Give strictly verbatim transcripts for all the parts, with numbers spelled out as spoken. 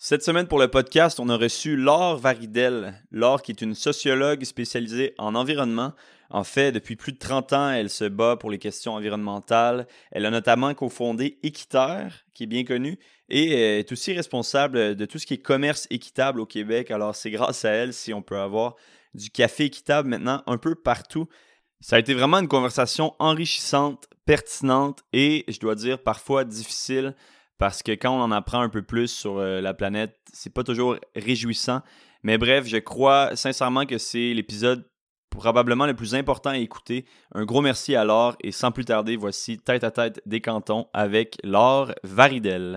Cette semaine pour le podcast, on a reçu Laure Varidel. Laure qui est une sociologue spécialisée en environnement. En fait, depuis plus de trente ans, elle se bat pour les questions environnementales. Elle a notamment cofondé Équiterre, qui est bien connu, et est aussi responsable de tout ce qui est commerce équitable au Québec. Alors c'est grâce à elle si on peut avoir du café équitable maintenant un peu partout. Ça a été vraiment une conversation enrichissante, pertinente et, je dois dire, parfois difficile. Parce que quand on en apprend un peu plus sur euh, la planète, c'est pas toujours réjouissant. Mais bref, je crois sincèrement que c'est l'épisode probablement le plus important à écouter. Un gros merci à Laure et sans plus tarder, voici Tête à tête des cantons avec Laure Varidel.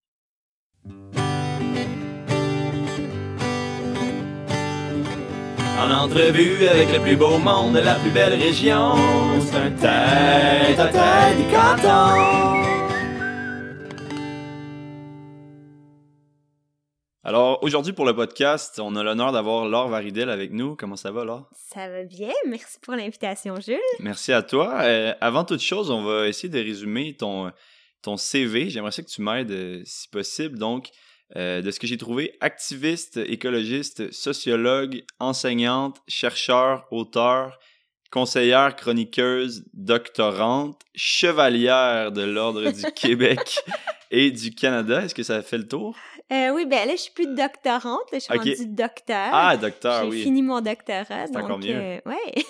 En entrevue avec le plus beau monde de la plus belle région, c'est un Tête à tête des cantons. Alors, aujourd'hui, pour le podcast, on a l'honneur d'avoir Laure Varidel avec nous. Comment ça va, Laure? Ça va bien. Merci pour l'invitation, Jules. Merci à toi. Euh, avant toute chose, on va essayer de résumer ton, ton C V. J'aimerais ça que tu m'aides, euh, si possible. Donc, euh, de ce que j'ai trouvé, activiste, écologiste, sociologue, enseignante, chercheur, auteur, conseillère, chroniqueuse, doctorante, chevalière de l'Ordre du Québec et du Canada. Est-ce que ça fait le tour? Euh, oui, ben là, je suis plus doctorante, là, je suis okay. rendue docteur. Ah, docteur, j'ai oui. J'ai fini mon doctorat, c'est donc... encore mieux. Euh, ouais.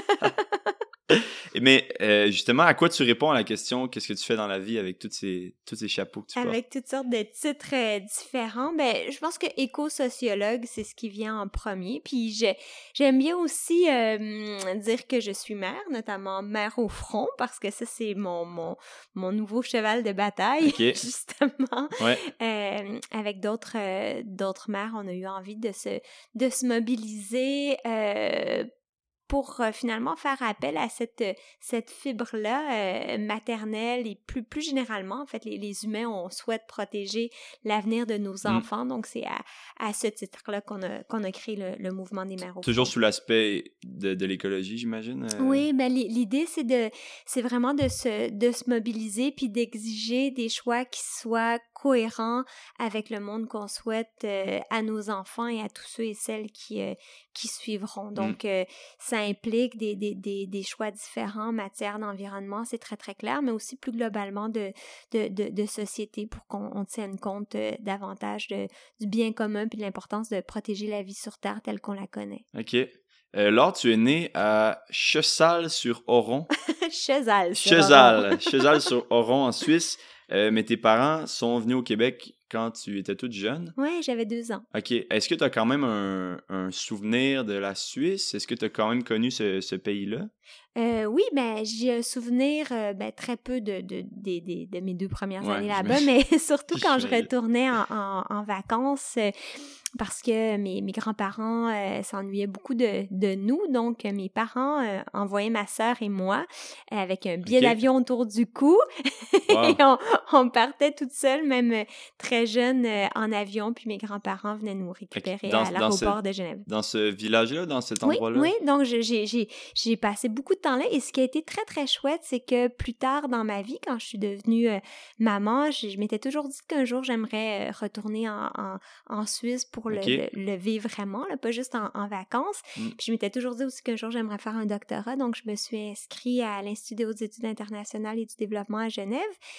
Mais euh, justement, à quoi tu réponds à la question « Qu'est-ce que tu fais dans la vie avec tous ces, tous ces chapeaux que tu portes? » Avec toutes sortes de titres euh, différents. Ben, je pense que éco-sociologue, c'est ce qui vient en premier. Puis je, j'aime bien aussi euh, dire que je suis mère, notamment mère au front, parce que ça, c'est mon, mon, mon nouveau cheval de bataille, okay. justement. Ouais. Euh, avec d'autres, euh, d'autres mères, on a eu envie de se, de se mobiliser euh, pour euh, finalement faire appel à cette, cette fibre-là euh, maternelle et plus, plus généralement, en fait, les, les humains, on souhaite protéger l'avenir de nos enfants. Mm. Donc, c'est à, à ce titre-là qu'on a, qu'on a créé le, le mouvement des mères au Toujours front. Sous l'aspect de, de l'écologie, j'imagine? Euh... Oui, ben l'idée, c'est de c'est vraiment de se, de se mobiliser puis d'exiger des choix qui soient cohérents avec le monde qu'on souhaite euh, à nos enfants et à tous ceux et celles qui, euh, qui suivront. Donc, mm. euh, ça implique des, des, des, des choix différents en matière d'environnement, c'est très, très clair, mais aussi plus globalement de, de, de, de société pour qu'on on tienne compte euh, davantage de, du bien commun puis de l'importance de protéger la vie sur Terre telle qu'on la connaît. OK. Euh, Laure, tu es née à Chessal-sur-Oron. Chezal. Chezal. Chezal-sur-Oron en Suisse. Euh, mais tes parents sont venus au Québec quand tu étais toute jeune. Oui, j'avais deux ans. OK. Est-ce que tu as quand même un, un souvenir de la Suisse? Est-ce que tu as quand même connu ce, ce pays-là? Euh, oui, ben j'ai un souvenir euh, ben, très peu de, de, de, de, de mes deux premières ouais, années là-bas, mais surtout quand je retournais en, en, en vacances... Euh, parce que mes, mes grands-parents euh, s'ennuyaient beaucoup de, de nous. Donc, euh, mes parents euh, envoyaient ma sœur et moi euh, avec un billet okay. d'avion autour du cou. Wow. Et on, on partait toutes seules, même euh, très jeune, euh, en avion. Puis mes grands-parents venaient nous récupérer dans, à l'aéroport ce, de Genève. Dans ce village-là, dans cet endroit-là? Oui, oui. Donc, j'ai, j'ai, j'ai passé beaucoup de temps là. Et ce qui a été très, très chouette, c'est que plus tard dans ma vie, quand je suis devenue euh, maman, je, je m'étais toujours dit qu'un jour, j'aimerais euh, retourner en, en, en Suisse pour Le, okay. le, le vivre vraiment, là, pas juste en, en vacances. Mm. Puis je m'étais toujours dit aussi qu'un jour, j'aimerais faire un doctorat. Donc, je me suis inscrite à l'Institut des hautes études internationales et du développement à Genève.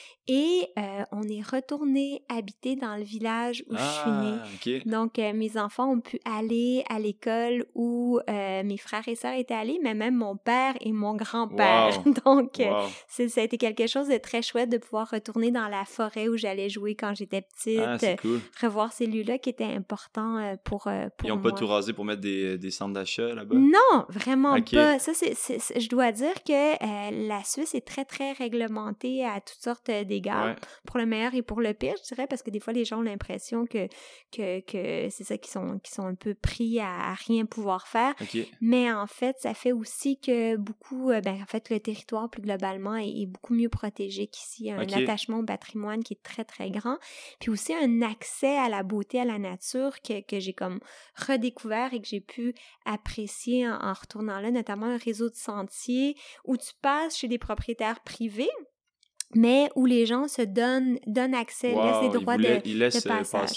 Et euh, on est retourné habiter dans le village où ah, je suis née. Okay. Donc, euh, mes enfants ont pu aller à l'école où euh, mes frères et sœurs étaient allés, mais même mon père et mon grand-père. Wow. Donc, wow. euh, c'est, ça a été quelque chose de très chouette de pouvoir retourner dans la forêt où j'allais jouer quand j'étais petite. Ah, c'est cool. Revoir ces lieux-là qui étaient importants Pour, euh, pour Ils n'ont moi. pas tout rasé pour mettre des, des centres d'achat là-bas? Non, vraiment okay. pas. Ça, c'est, c'est, c'est, je dois dire que euh, la Suisse est très, très réglementée à toutes sortes d'égards, ouais. pour le meilleur et pour le pire, je dirais, parce que des fois, les gens ont l'impression que, que, que c'est ça, qu'ils sont, qu'ils sont un peu pris à, à rien pouvoir faire. Okay. Mais en fait, ça fait aussi que beaucoup, euh, ben, en fait, le territoire, plus globalement, est, est beaucoup mieux protégé qu'ici. Il y a un okay. attachement au patrimoine qui est très, très grand. Puis aussi, un accès à la beauté, à la nature que, que j'ai comme redécouvert et que j'ai pu apprécier en, en retournant là, notamment un réseau de sentiers où tu passes chez des propriétaires privés, mais où les gens se donnent, donnent accès, wow, laissent des droits voulait, de, ils laissent de passage. Passer.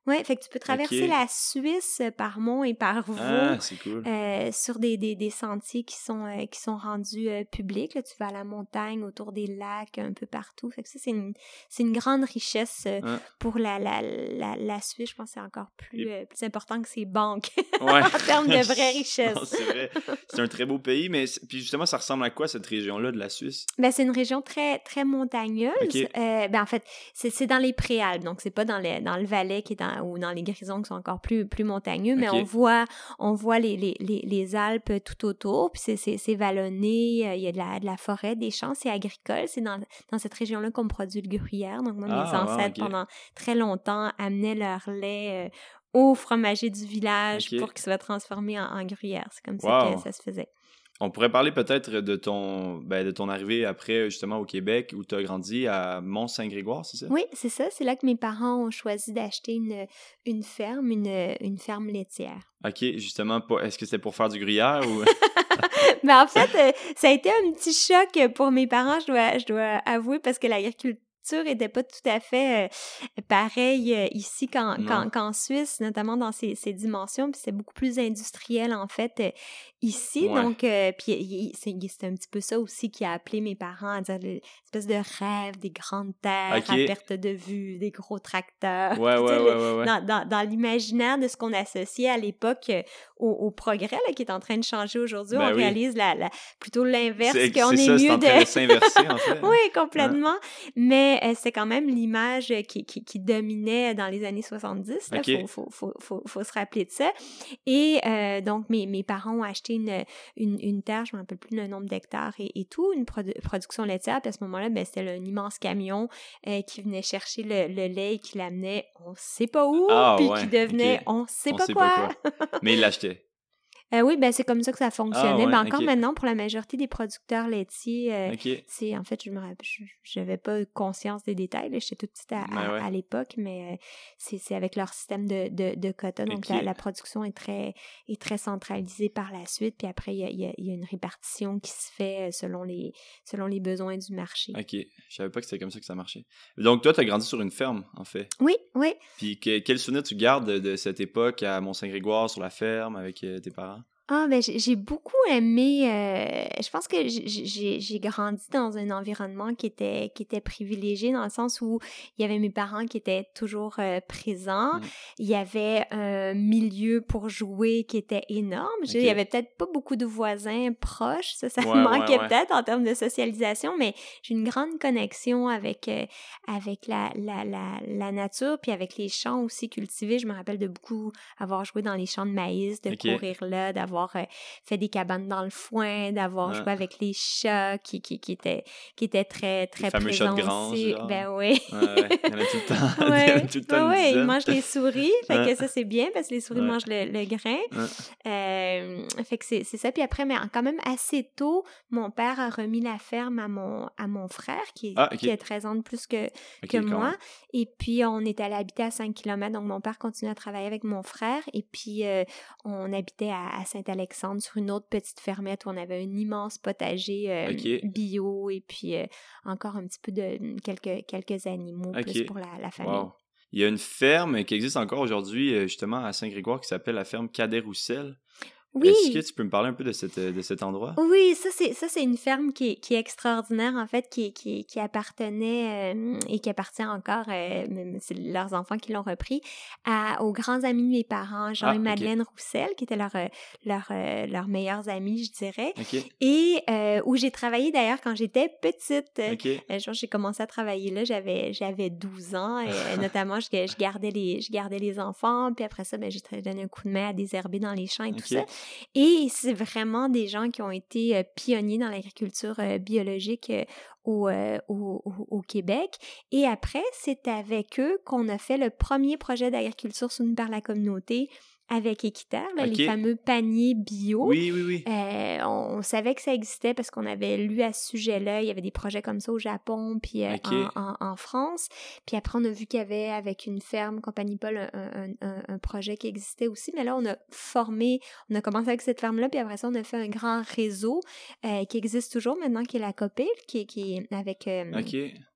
Oui, fait que tu peux traverser OK. la Suisse par Mont et par Vaud Ah, c'est cool. euh, sur des, des, des sentiers qui sont, euh, qui sont rendus euh, publics. Là, tu vas à la montagne, autour des lacs, un peu partout. Fait que ça, c'est une, c'est une grande richesse euh, Hein? pour la, la, la, la Suisse. Je pense que c'est encore plus, euh, plus important que ses banques Ouais. en termes de vraie richesse. Non, c'est vrai. C'est un très beau pays, mais c'est- puis justement, ça ressemble à quoi cette région-là de la Suisse? Ben, c'est une région très, très montagneuse. OK. Euh, ben, en fait, c'est, c'est dans les Préalpes, donc c'est pas dans, les, dans le Valais qui est dans, ou dans les Grisons qui sont encore plus, plus montagneux, mais OK. on voit, on voit les, les, les, les Alpes tout autour, puis c'est, c'est, c'est vallonné, euh, il y a de la, de la forêt, des champs, c'est agricole, c'est dans, dans cette région-là qu'on produit le gruyère. Donc moi, mes Ah, wow, ancêtres, OK. pendant très longtemps, amenaient leur lait euh, au fromager du village OK. pour qu'il soit transformé en, en gruyère. C'est comme ça Wow. que ça se faisait. On pourrait parler peut-être de ton, ben, de ton arrivée après, justement, au Québec, où tu as grandi à Mont-Saint-Grégoire, c'est ça? Oui, c'est ça. C'est là que mes parents ont choisi d'acheter une, une ferme, une, une ferme laitière. OK, justement, pas- est-ce que c'était pour faire du gruyère ou... Mais en fait, euh, ça a été un petit choc pour mes parents, je dois, je dois avouer, parce que l'agriculture n'était pas tout à fait euh, pareil euh, ici qu'en, Non. qu'en, qu'en Suisse, notamment dans ces, ces dimensions. Puis c'est beaucoup plus industriel, en fait, euh, ici. Ouais. Donc, euh, puis il- il- c'est, c'est un petit peu ça aussi qui a appelé mes parents à dire l'espèce de rêve des grandes terres OK. à perte de vue, des gros tracteurs. Ouais, Puis, tu ouais, sais, ouais, le- ouais, ouais. Dans, dans, dans l'imaginaire de ce qu'on associait à l'époque euh, au, au progrès là, qui est en train de changer aujourd'hui, Ben on oui. réalise la, la, plutôt l'inverse, C'est qu'on c'est est ça, c'est mieux en train de... de s'inverser, en fait. hein. Oui, complètement. Mais euh, c'est quand même l'image euh, qui, qui, qui dominait dans les années soixante-dix. Il OK. faut, faut, faut, faut, faut se rappeler de ça. Et euh, donc, mes, mes parents ont acheté une, une, une terre, je ne me rappelle plus le nombre d'hectares et, et tout, une produ- production laitière. Puis à ce moment-là, ben, c'était un immense camion euh, qui venait chercher le, le lait et qui l'amenait on ne sait pas où, Ah, puis ouais, qui devenait OK. on ne sait On pas sait quoi. pas quoi. Mais il l'achetait. Euh, oui, ben c'est comme ça que ça fonctionnait. Ah, ouais, Ben encore OK. maintenant, pour la majorité des producteurs laitiers, euh, OK. c'est en fait, je me rappelle, je n'avais pas conscience des détails. là, J'étais toute petite à, Ben à, ouais. à l'époque, mais euh, c'est c'est avec leur système de, de, de quotas. Donc, OK. la, la production est très, est très centralisée par la suite. Puis après, il y a, il y a, il y a une répartition qui se fait euh, selon les, selon les besoins du marché. OK. Je savais pas que c'était comme ça que ça marchait. Donc, toi, tu as grandi sur une ferme, en fait. Oui, oui. Puis, que, quel souvenir tu gardes de, de cette époque à Mont-Saint-Grégoire, sur la ferme, avec euh, tes parents? Ah, ben j'ai j'ai beaucoup aimé. euh, je pense que j'ai- j'ai j'ai grandi dans un environnement qui était qui était privilégié dans le sens où il y avait mes parents qui étaient toujours euh, présents. Mm. Il y avait un milieu pour jouer qui était énorme. Je veux dire, Ok. il y avait peut-être pas beaucoup de voisins proches, ça, ça Ouais, me ouais, manquait ouais. peut-être en termes de socialisation, mais j'ai une grande connexion avec euh, avec la, la la la nature puis avec les champs aussi cultivés. Je me rappelle de beaucoup avoir joué dans les champs de maïs, de Ok. courir là, d'avoir euh, fait des cabanes dans le foin, d'avoir Ouais. joué avec les chats qui, qui, qui, étaient, qui étaient très, très fameux chats de présents grange, aussi. genre. Ben oui. Ouais, ouais. Il y en a tout le temps. Il y en a Ouais, tout le temps ouais, une ouais, ils dizaine. mangent les souris, fait Ouais. que ça c'est bien parce que les souris Ouais. mangent le, le grain. Ouais. Euh, fait que c'est c'est ça. Puis après, mais quand même assez tôt, mon père a remis la ferme à mon, à mon frère qui, est- Ah, ok. qui a treize ans de plus que, Ok, que quand moi. même. Et puis, on est allé habiter à cinq kilomètres. Donc, mon père continue à travailler avec mon frère. Et puis, euh, on habitait à, à Saint-Alexandre sur une autre petite fermette où on avait un immense potager euh, Ok. bio et puis euh, encore un petit peu de quelques, quelques animaux Ok. plus pour la, la famille. Wow. Il y a une ferme qui existe encore aujourd'hui, euh, justement, à Saint-Grégoire, qui s'appelle la ferme Cadet-Roussel. Oui! Est-ce que tu peux me parler un peu de, cette, de cet endroit? Oui, ça c'est ça c'est une ferme qui est, qui est extraordinaire en fait, qui qui, qui appartenait euh, et qui appartient encore, euh, même c'est leurs enfants qui l'ont repris, à, aux grands amis de mes parents, Jean Ah, et ok. Madeleine Roussel, qui étaient leurs leurs euh, leurs meilleurs amis, je dirais, Ok. et euh, où j'ai travaillé d'ailleurs quand j'étais petite. Ok. Euh, genre, j'ai commencé à travailler là, j'avais j'avais douze ans, et euh, notamment je, je gardais les je gardais les enfants, puis après ça ben j'ai tra- donné un coup de main à désherber dans les champs et tout Ok. ça. Et c'est vraiment des gens qui ont été euh, pionniers dans l'agriculture euh, biologique euh, au, euh, au, au, au Québec. Et après, c'est avec eux qu'on a fait le premier projet d'agriculture soutenu par la communauté avec Équiterre, là, Ok. les fameux paniers bio. Oui, oui, oui. Euh, on, on savait que ça existait parce qu'on avait lu à ce sujet-là. Il y avait des projets comme ça au Japon puis euh, Ok. en, en, en France. Puis après, on a vu qu'il y avait avec une ferme, Compagnie Paul, un, un, un, un projet qui existait aussi. Mais là, on a formé, on a commencé avec cette ferme-là, puis après ça, on a fait un grand réseau euh, qui existe toujours maintenant, qui est la Copil, qui, qui est avec... euh, Ok.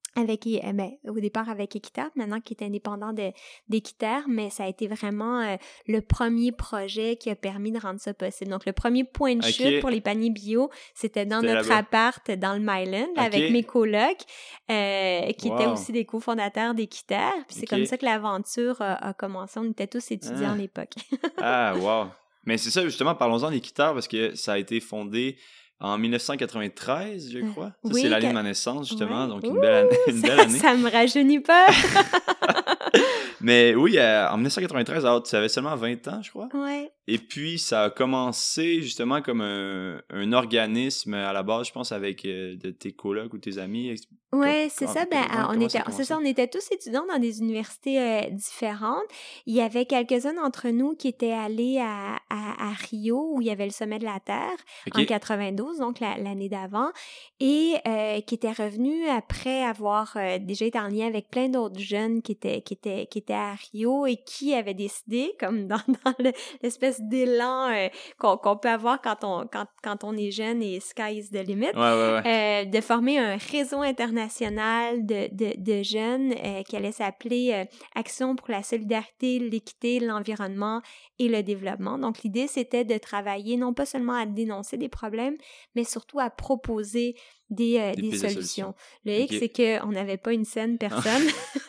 avec eh ben, au départ avec Équiterre, maintenant qui est indépendant de, d'Équiterre, mais ça a été vraiment euh, le premier projet qui a permis de rendre ça possible. Donc, le premier point de Ok. chute pour les paniers bio, c'était dans C'était notre là-bas. appart dans le Myland Ok. avec mes colocs, euh, qui étaient Wow. aussi des cofondateurs d'Équiterre. Puis c'est Ok. comme ça que l'aventure a, a commencé. On était tous étudiants Ah. à l'époque. Ah, wow. Mais c'est ça, justement, parlons-en d'Équiterre, parce que ça a été fondé en dix-neuf cent quatre-vingt-treize, je crois. Ça, Oui, c'est l'année que- de ma naissance, justement, ouais. donc une Ouh, belle année. Une belle ça, année. ça me rajeunit pas. Mais oui, euh, en dix-neuf cent quatre-vingt-treize, alors, tu avais seulement vingt ans, je crois. Ouais. Et puis, ça a commencé justement comme un, un organisme à la base, je pense, avec euh, de tes colocs ou tes amis. Ouais, c'est ça. Ben, ouais, on comment était, ça a c'est ça, commencé? on était tous étudiants dans des universités euh, différentes. Il y avait quelques-uns d'entre nous qui étaient allés à, à, à Rio, où il y avait le sommet de la Terre, Ok. en quatre-vingt-douze, donc la- l'année d'avant, et euh, qui étaient revenus après avoir euh, déjà été en lien avec plein d'autres jeunes qui étaient, qui étaient, qui étaient à Rio et qui avaient décidé, comme dans, dans le- l'espèce d'élan euh, qu'on, qu'on peut avoir quand on, quand, quand on est jeune et sky is the limit, Ouais, ouais, ouais. euh, de former un réseau international de, de, de jeunes euh, qui allait s'appeler euh, Action pour la solidarité, l'équité, l'environnement et le développement. Donc, l'idée, c'était de travailler non pas seulement à dénoncer des problèmes, mais surtout à proposer des, euh, Des des pistes de solutions. solutions. Le hic, Ok. c'est qu'on n'avait pas une scène personne.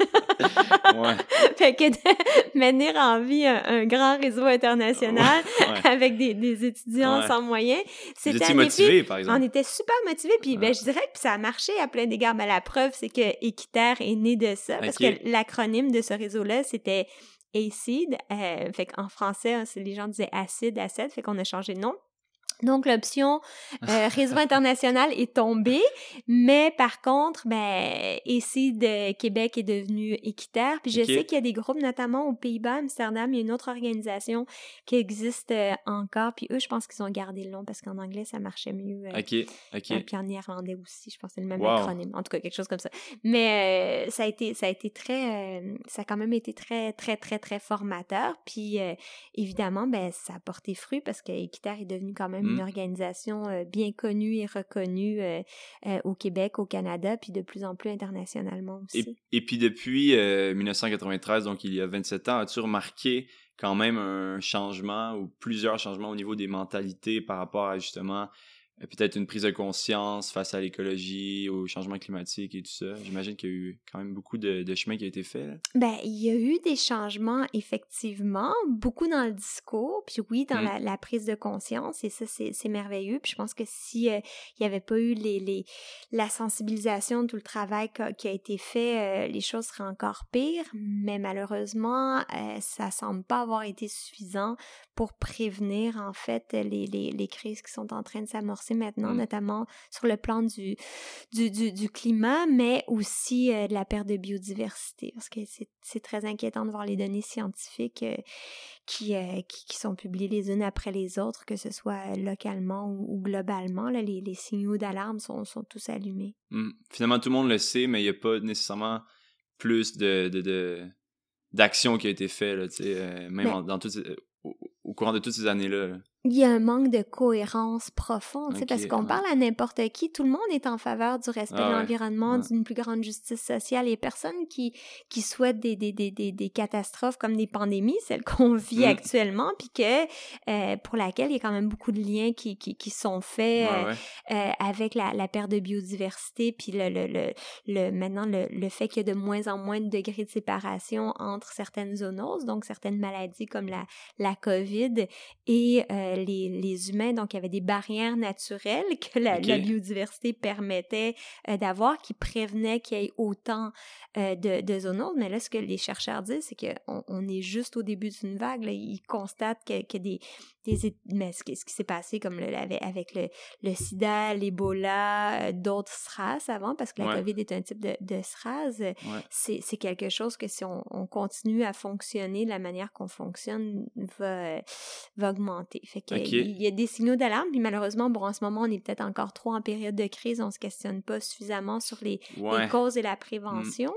Ouais. Fait que de mener en vie un, un grand réseau international Ouais. avec des, des étudiants Ouais. sans moyens, Vous c'était étiez en effet, motivé, par on exemple. était super motivés, puis ben, Ouais. je dirais que ça a marché à plein d'égards. Mais la preuve, c'est que Équiterre est né de ça, parce Ok. que l'acronyme de ce réseau-là, c'était ACID, euh, fait qu'en français, hein, c'est- les gens disaient acide, acide, fait qu'on a changé de nom. Donc, l'option euh, réseau international est tombée, mais par contre, ben, ici de Québec est devenu Équiterre. Puis je Ok. sais qu'il y a des groupes, notamment aux Pays-Bas, Amsterdam, il y a une autre organisation qui existe euh, encore. Puis eux, je pense qu'ils ont gardé le nom parce qu'en anglais, ça marchait mieux. euh, Ok. Ok. euh, puis en néerlandais aussi, je pense que c'est le même Wow. acronyme. En tout cas, quelque chose comme ça. Mais euh, ça a été, ça a été très, euh, ça a quand même été très, très, très, très formateur. Puis euh, évidemment, ben, ça a porté fruit parce que Équiterre est devenu quand même Mm. une organisation euh, bien connue et reconnue euh, euh, au Québec, au Canada, puis de plus en plus internationalement aussi. Et, et puis depuis euh, dix-neuf cent quatre-vingt-treize, donc il y a vingt-sept ans, as-tu remarqué quand même un changement ou plusieurs changements au niveau des mentalités par rapport à justement euh, peut-être une prise de conscience face à l'écologie, au changement climatique et tout ça? J'imagine qu'il y a eu quand même beaucoup de, de chemin qui a été fait. Là. Ben, il y a eu des changements, effectivement, beaucoup dans le discours, puis oui, dans Mm. la, la prise de conscience, et ça, c'est, c'est merveilleux. Puis je pense que si euh, il n'y avait pas eu les, les, la sensibilisation, tout le travail qui a, qui a été fait, euh, les choses seraient encore pires, mais malheureusement, euh, ça semble pas avoir été suffisant pour prévenir, en fait, les, les, les crises qui sont en train de s'amorcer maintenant, Mm. notamment sur le plan du, du, du, du climat, mais aussi euh, de la perte de biodiversité, parce que c'est, c'est très inquiétant de voir les données scientifiques euh, qui, euh, qui, qui sont publiées les unes après les autres, que ce soit localement ou, ou globalement. Là, les, les signaux d'alarme sont, sont tous allumés. Mm. Finalement, tout le monde le sait, mais il n'y a pas nécessairement plus de, de, de, d'action qui a été faite, là, tu sais, euh, même Mais- en- dans toutes ces- au, au courant de toutes ces années-là. là. Il y a un manque de cohérence profonde, tu sais, Ok, parce qu'on ouais. parle à n'importe qui, tout le monde est en faveur du respect Ah de ouais, l'environnement, ouais. d'une plus grande justice sociale. Il y a personne qui, qui souhaite des, des, des, des, des catastrophes comme des pandémies, celles qu'on vit Mm. actuellement, puis que euh, pour laquelle il y a quand même beaucoup de liens qui, qui, qui sont faits Ouais, euh, ouais. euh, avec la, la perte de biodiversité, puis le, le, le, le, maintenant le, le fait qu'il y a de moins en moins de degrés de séparation entre certaines zoonoses, donc certaines maladies comme la, la COVID et euh, les, les humains. Donc, il y avait des barrières naturelles que la, Ok. la biodiversité permettait euh, d'avoir qui prévenaient qu'il y ait autant euh, de, de zoonoses. Mais là, ce que les chercheurs disent, c'est qu'on on est juste au début d'une vague. Là. Ils constatent que, que des... des mais ce qui, ce qui s'est passé comme le, avec, avec le, le sida, l'Ebola, euh, d'autres SRAS avant, parce que la Ouais. COVID est un type de, de SRAS, Ouais. c'est, c'est quelque chose que si on, on continue à fonctionner de la manière qu'on fonctionne, va, euh, va augmenter. Fait que Ok. il y a des signaux d'alarme, puis malheureusement, bon, en ce moment, on est peut-être encore trop en période de crise, on se questionne pas suffisamment sur les, Ouais. les causes et la prévention.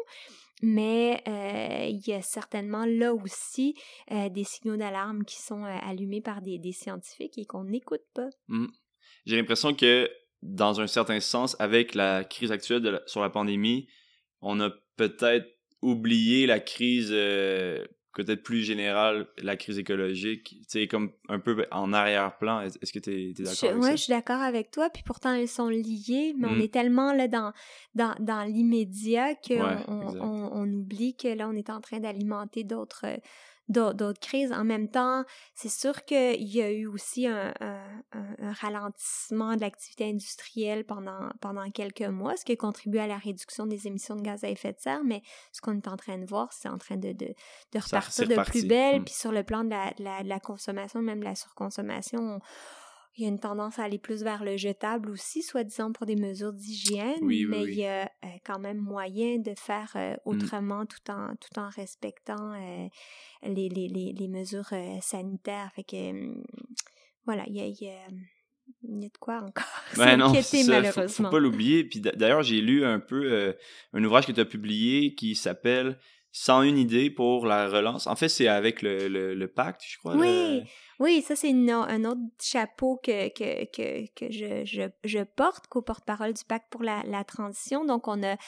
Mais euh, il y a certainement là aussi euh, des signaux d'alarme qui sont euh, allumés par des, des scientifiques et qu'on n'écoute pas. Mm. J'ai l'impression que, dans un certain sens, avec la crise actuelle de la- sur la pandémie, on a peut-être oublié la crise euh, peut-être plus générale, la crise écologique, tu sais, comme un peu en arrière-plan. Est-ce que tu es d'accord je, avec ouais, ça? je suis d'accord avec toi, puis pourtant elles sont liées, mais mm. on est tellement là dans, dans, dans l'immédiat qu'on ouais, on, on, on oublie que là, on est en train d'alimenter d'autres... d'autres crises. En même temps, c'est sûr qu'il y a eu aussi un, un, un ralentissement de l'activité industrielle pendant, pendant quelques mois, ce qui a contribué à la réduction des émissions de gaz à effet de serre, mais ce qu'on est en train de voir, c'est en train de, de, de repartir de plus belle, mm. puis sur le plan de la, de la, de la consommation, même de la surconsommation, on, il y a une tendance à aller plus vers le jetable aussi, soi-disant pour des mesures d'hygiène, oui, mais oui, oui. il y a euh, quand même moyen de faire euh, autrement mm. tout, en, tout en respectant euh, les, les, les, les mesures euh, sanitaires. Fait que, euh, voilà, il y a, il y a, il y a de quoi encore ben s'inquiéter, malheureusement. Faut, faut pas l'oublier. Puis d'ailleurs, j'ai lu un peu euh, un ouvrage que tu as publié qui s'appelle « cent une idées pour la relance ». En fait, c'est avec le, le, le pacte, je crois. Oui, le... oui, ça, c'est une, un autre chapeau que, que, que, que je, je, je porte, co-porte-parole du pacte pour la, la transition. Donc, on a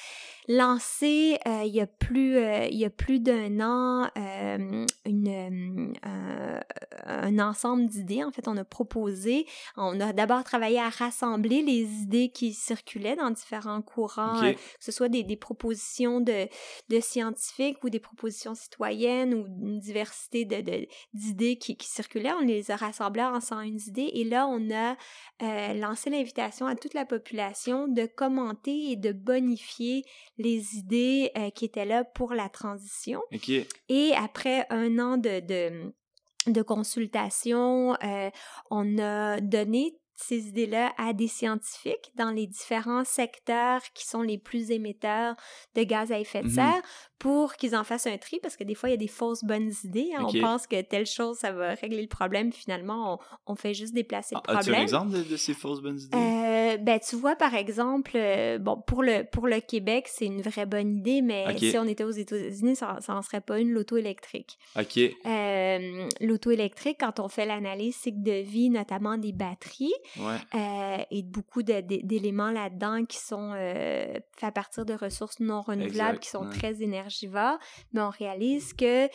lancé euh, il y a plus, euh, il y a plus d'un an euh, une, euh, un ensemble d'idées. En fait, on a proposé, on a d'abord travaillé à rassembler les idées qui circulaient dans différents courants, okay. euh, que ce soit des, des propositions de, de scientifiques ou des propositions citoyennes ou une diversité de, de, d'idées qui, qui circulaient. On les a rassemblées en cent une idées et là, on a euh, lancé l'invitation à toute la population de commenter et de bonifier les idées euh, qui étaient là pour la transition. Okay. Et après un an de, de, de consultation, euh, on a donné ces idées-là à des scientifiques dans les différents secteurs qui sont les plus émetteurs de gaz à effet de serre mm-hmm. pour qu'ils en fassent un tri, parce que des fois, il y a des fausses bonnes idées. Hein? Okay. On pense que telle chose, ça va régler le problème. Finalement, on, on fait juste déplacer le ah, problème. As-tu un exemple de, de ces fausses bonnes idées? Euh, ben, tu vois, par exemple, euh, bon, pour le, pour le Québec, c'est une vraie bonne idée, mais okay. si on était aux États-Unis, ça n'en serait pas une, l'auto électrique. OK. Euh, l'auto électrique, quand on fait l'analyse cycle de vie, notamment des batteries, ouais. euh, et beaucoup de, de, d'éléments là-dedans qui sont euh, faits à partir de ressources non renouvelables, exact, qui sont ouais. très énergivores, mais on réalise que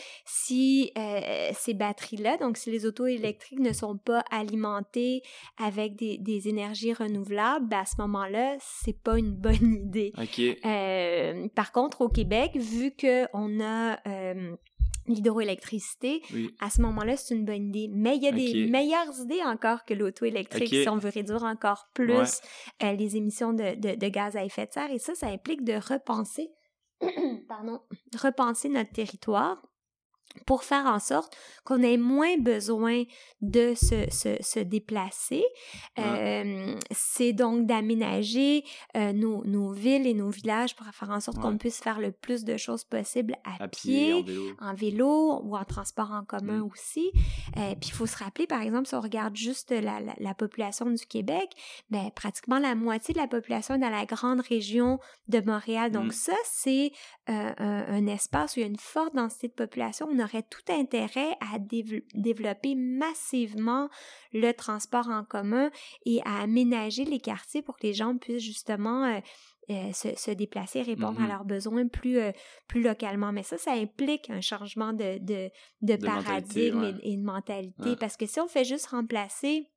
si euh, ces batteries-là, donc si les autos électriques ne sont pas alimentées avec des, des énergies renouvelables, ben à ce moment-là, c'est pas une bonne idée. Okay. Euh, par contre, au Québec, vu qu'on a euh, l'hydroélectricité, oui. à ce moment-là, c'est une bonne idée. Mais il y a okay. des meilleures idées encore que l'auto électrique okay. si on veut réduire encore plus ouais. euh, les émissions de, de, de gaz à effet de serre. Et ça, ça implique de repenser, pardon, repenser notre territoire pour faire en sorte qu'on ait moins besoin de se, se, se déplacer. Ouais. Euh, c'est donc d'aménager euh, nos, nos villes et nos villages pour faire en sorte ouais. qu'on puisse faire le plus de choses possibles à, à pied, pied en, vélo. en vélo ou en transport en commun mm. aussi. Euh, puis il faut se rappeler, par exemple, si on regarde juste la, la, la population du Québec, ben, pratiquement la moitié de la population est dans la grande région de Montréal. Donc mm. ça, c'est euh, un, un espace où il y a une forte densité de population. On aurait tout intérêt à dév- développer massivement le transport en commun et à aménager les quartiers pour que les gens puissent justement euh, euh, se, se déplacer, répondre mm-hmm. à leurs besoins plus, euh, plus localement. Mais ça, ça implique un changement de, de, de, de paradigme ouais. et, et de mentalité. Ouais. Parce que si on fait juste remplacer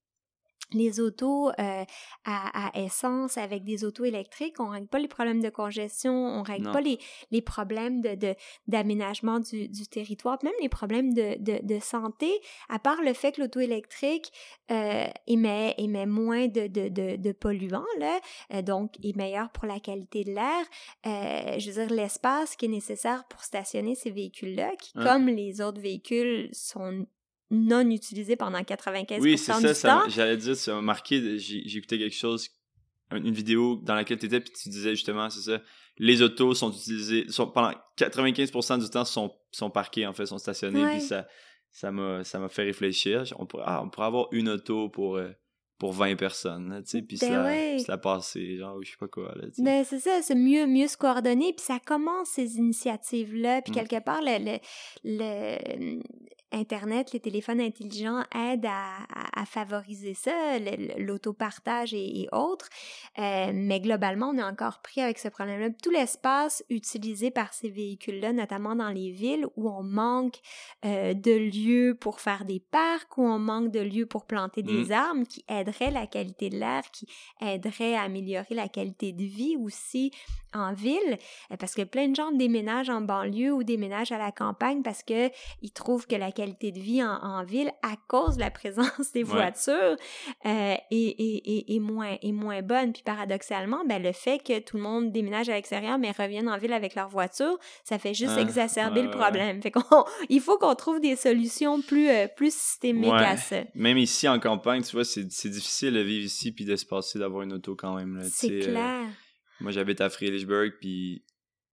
les autos euh, à, à essence avec des autos électriques, on ne règle pas les problèmes de congestion, on ne règle non. pas les, les problèmes de, de, d'aménagement du, du territoire, même les problèmes de, de, de santé, à part le fait que l'auto électrique euh, émet, émet moins de, de, de, de polluants, là, euh, donc est meilleur pour la qualité de l'air. Euh, je veux dire, l'espace qui est nécessaire pour stationner ces véhicules-là, qui, ouais. comme les autres véhicules, sont non utilisé pendant quatre-vingt-quinze pour cent oui, c'est ça, du ça temps. J'allais dire, ça m'a marqué, j'ai, j'ai écouté quelque chose, une vidéo dans laquelle tu étais, puis tu disais justement, c'est ça, les autos sont utilisées, sont, pendant quatre-vingt-quinze pour cent du temps, sont, sont parquées, en fait, sont stationnées, ouais. puis ça, ça, m'a, ça m'a fait réfléchir. On pourrait, ah, on pourrait avoir une auto pour... Euh, pour vingt personnes, tu sais, puis ben ça, ouais. ça passer, genre, je sais pas quoi, là, tu sais. Ben, c'est ça, c'est mieux, mieux se coordonner, puis ça commence, ces initiatives-là, puis mm. quelque part, le, le, le, Internet, les téléphones intelligents aident à, à, à favoriser ça, l'autopartage et, et autres. Euh, mais globalement, on est encore pris avec ce problème-là. Tout l'espace utilisé par ces véhicules-là, notamment dans les villes où on manque euh, de lieux pour faire des parcs, où on manque de lieux pour planter des Mmh. arbres, qui aideraient la qualité de l'air, qui aideraient à améliorer la qualité de vie aussi en ville, parce que plein de gens déménagent en banlieue ou déménagent à la campagne parce que ils trouvent que la qualité de vie en, en ville, à cause de la présence des Ouais. voitures, euh, est, est, est, est, moins, est moins bonne. Puis paradoxalement, ben, le fait que tout le monde déménage à l'extérieur mais revienne en ville avec leur voiture, ça fait juste Hein? exacerber Ouais, le ouais, problème. Ouais. Fait qu'on, il faut qu'on trouve des solutions plus, euh, plus systémiques ouais. à ça. Même ici en campagne, tu vois, c'est, c'est difficile de vivre ici puis de se passer d'avoir une auto quand même. Là, c'est clair. Euh, moi, j'habite à Fredericksburg puis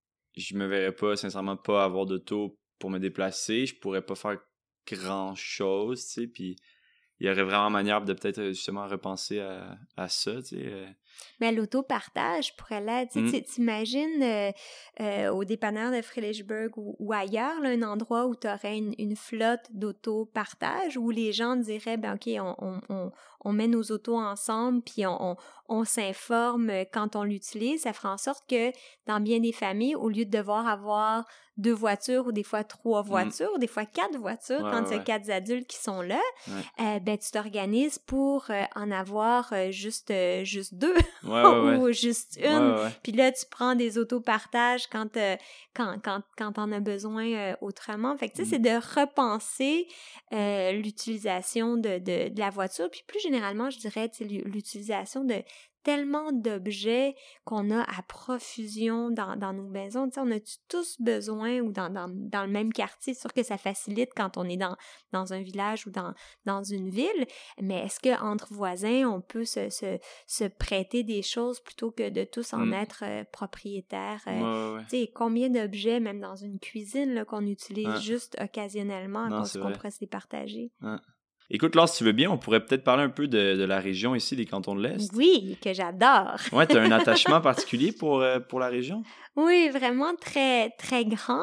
je me verrais pas, sincèrement, pas avoir d'auto pour me déplacer. Je pourrais pas faire grand-chose, tu sais, puis il y aurait vraiment manière de peut-être justement repenser à, à ça, tu sais. Euh. Mais l'autopartage pourrait l'être. Mm. Tu t'imagines euh, euh, au dépanneur de Fredericksburg ou, ou ailleurs, là, un endroit où tu aurais une, une flotte d'autopartage où les gens diraient, ben OK, on, on, on, on met nos autos ensemble puis on, on, on s'informe quand on l'utilise. Ça fera en sorte que dans bien des familles, au lieu de devoir avoir deux voitures ou des fois trois voitures, mmh. des fois quatre voitures ouais, quand ouais, il y a ouais. quatre adultes qui sont là, ouais. euh, ben tu t'organises pour euh, en avoir euh, juste euh, juste deux ouais, ouais, ou ouais. juste une. Ouais, ouais, ouais. Puis là tu prends des autopartages quand euh, quand quand quand t'en as besoin euh, autrement. Fait que tu sais, mmh. c'est de repenser euh, l'utilisation de, de de la voiture. Puis plus généralement, je dirais, tu sais, l'utilisation de tellement d'objets qu'on a à profusion dans, dans nos maisons. Tu sais, on a tous besoin, ou dans, dans, dans le même quartier, c'est sûr que ça facilite quand on est dans, dans un village ou dans, dans une ville, mais est-ce qu'entre voisins, on peut se, se, se prêter des choses plutôt que de tous en mm. être euh, propriétaires? Euh, ouais, ouais. Tu sais, combien d'objets, même dans une cuisine, là, qu'on utilise hein. juste occasionnellement à non, cause qu'on pourrait se les partager? Hein. Écoute, Laure, si tu veux bien, on pourrait peut-être parler un peu de, de la région ici, des cantons de l'Est. Oui, que j'adore. Ouais, tu as un attachement particulier pour, euh, pour la région? Oui, vraiment très, très grand.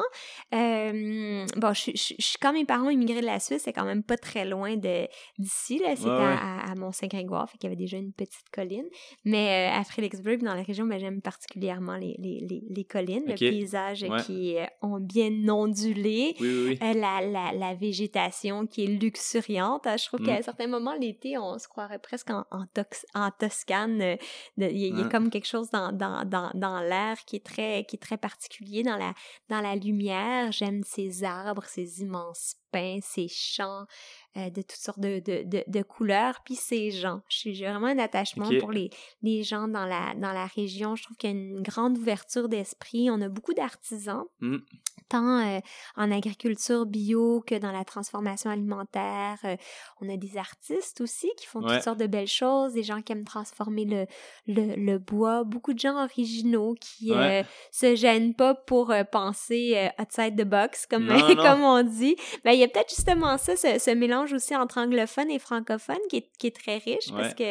Euh, bon, je, je, je, quand mes parents ont immigré de la Suisse, c'est quand même pas très loin de, d'ici. Là. C'était ouais, ouais. à, à Mont-Saint-Grégoire, fait qu'il y avait déjà une petite colline. Mais euh, à Fredericksburg, dans la région, ben, j'aime particulièrement les, les, les, les collines, okay. le paysage ouais. qui est euh, bien ondulé, oui, oui, oui. Euh, la, la, la végétation qui est luxuriante. Je trouve mm. qu'à certains moments, l'été, on se croirait presque en, en, tox, en Toscane. Il y, y a comme quelque chose dans, dans, dans, dans l'air qui est très qui est très particulier dans la, dans la lumière. J'aime ces arbres, ces immenses pins, ces champs euh, de toutes sortes de, de, de, de couleurs, puis ces gens. J'ai vraiment un attachement okay. pour les, les gens dans la, dans la région. Je trouve qu'il y a une grande ouverture d'esprit. On a beaucoup d'artisans, mm. tant euh, en agriculture bio que dans la transformation alimentaire. Euh, on a des artistes aussi qui font ouais. toutes sortes de belles choses, des gens qui aiment transformer le, le, le bois, beaucoup de gens originaux qui ouais. euh, se gênent pas pour euh, penser euh, outside the box, comme, non, non. comme on dit. Ben, il y a peut-être justement ça, ce, ce mélange aussi entre anglophone et francophone qui est, qui est très riche ouais. parce que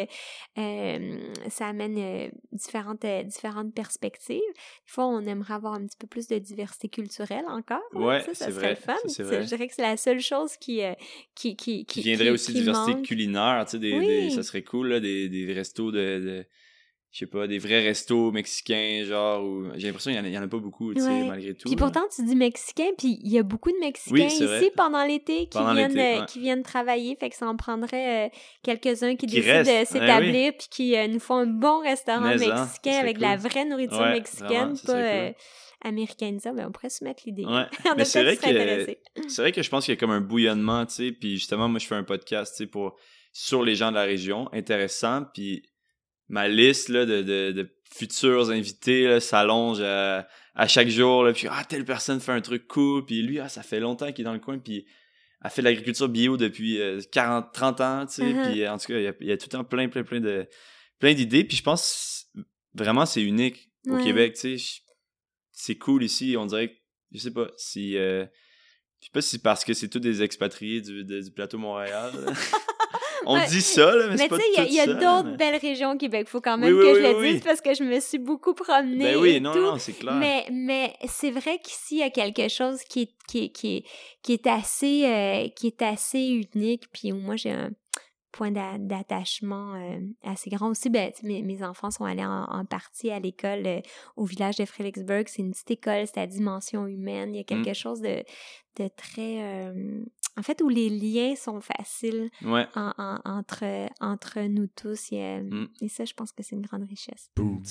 euh, ça amène euh, différentes, euh, différentes perspectives. Des fois, on aimerait avoir un petit peu plus de diversité culturelle encore. Ouais, ça, ça c'est serait vrai. fun. Ça, c'est vrai. Je dirais que c'est la seule chose qui, euh, qui, qui, qui, qui viendrait qui, aussi qui diversité manque. culinaire, tu sais, des, oui. des, ça serait cool, là, des, des restos de... de... je sais pas, des vrais restos mexicains, genre, où j'ai l'impression qu'il y en a, il y en a pas beaucoup, tu sais, ouais. malgré tout. Puis pourtant, tu dis mexicain, puis il y a beaucoup de Mexicains oui, ici vrai. pendant l'été qui pendant viennent l'été, euh, ouais. qui viennent travailler, fait que ça en prendrait euh, quelques-uns qui, qui décident reste. de s'établir, ouais, oui. puis qui euh, nous font un bon restaurant Mais mexicain hein, avec cool. de la vraie nourriture ouais, mexicaine, vraiment, pas cool. euh, américanisée. Ben, on pourrait se mettre l'idée. Ouais. on Mais c'est vrai, que, c'est vrai que je pense qu'il y a comme un bouillonnement, tu sais, puis justement, moi, je fais un podcast, tu sais, pour sur les gens de la région, intéressant, puis ma liste là, de, de, de futurs invités là, s'allonge à, à chaque jour. Là, puis, ah, telle personne fait un truc cool. Puis lui, ah, ça fait longtemps qu'il est dans le coin. Puis elle fait de l'agriculture bio depuis euh, quarante, trente ans. Tu sais, uh-huh. Puis en tout cas, il y a, il y a tout le temps plein, plein, plein, de, plein d'idées. Puis je pense vraiment c'est unique au ouais. Québec. Tu sais, c'est cool ici. On dirait que, je sais pas, si... Euh, je sais pas si c'est parce que c'est tous des expatriés du, de, du plateau Montréal. On dit ça, là, mais, mais c'est pas tout ça. Mais tu sais, il y a, y a d'autres mais... belles régions au Québec. Il faut quand même oui, oui, que oui, je le oui. dise parce que je me suis beaucoup promenée. Ben oui, et non, tout. non, c'est clair. Mais, mais c'est vrai qu'ici, il y a quelque chose qui est, qui est, qui est, qui est, assez, euh, qui est assez unique. Puis moi, j'ai un point d'a- d'attachement euh, assez grand aussi. Ben, mes, mes enfants sont allés en, en partie à l'école euh, au village de Fredericksburg. C'est une petite école, c'est à dimension humaine. Il y a quelque mm. chose de, de très... Euh, en fait, où les liens sont faciles ouais. en, en, entre, entre nous tous. Et, euh, mm. et ça, je pense que c'est une grande richesse.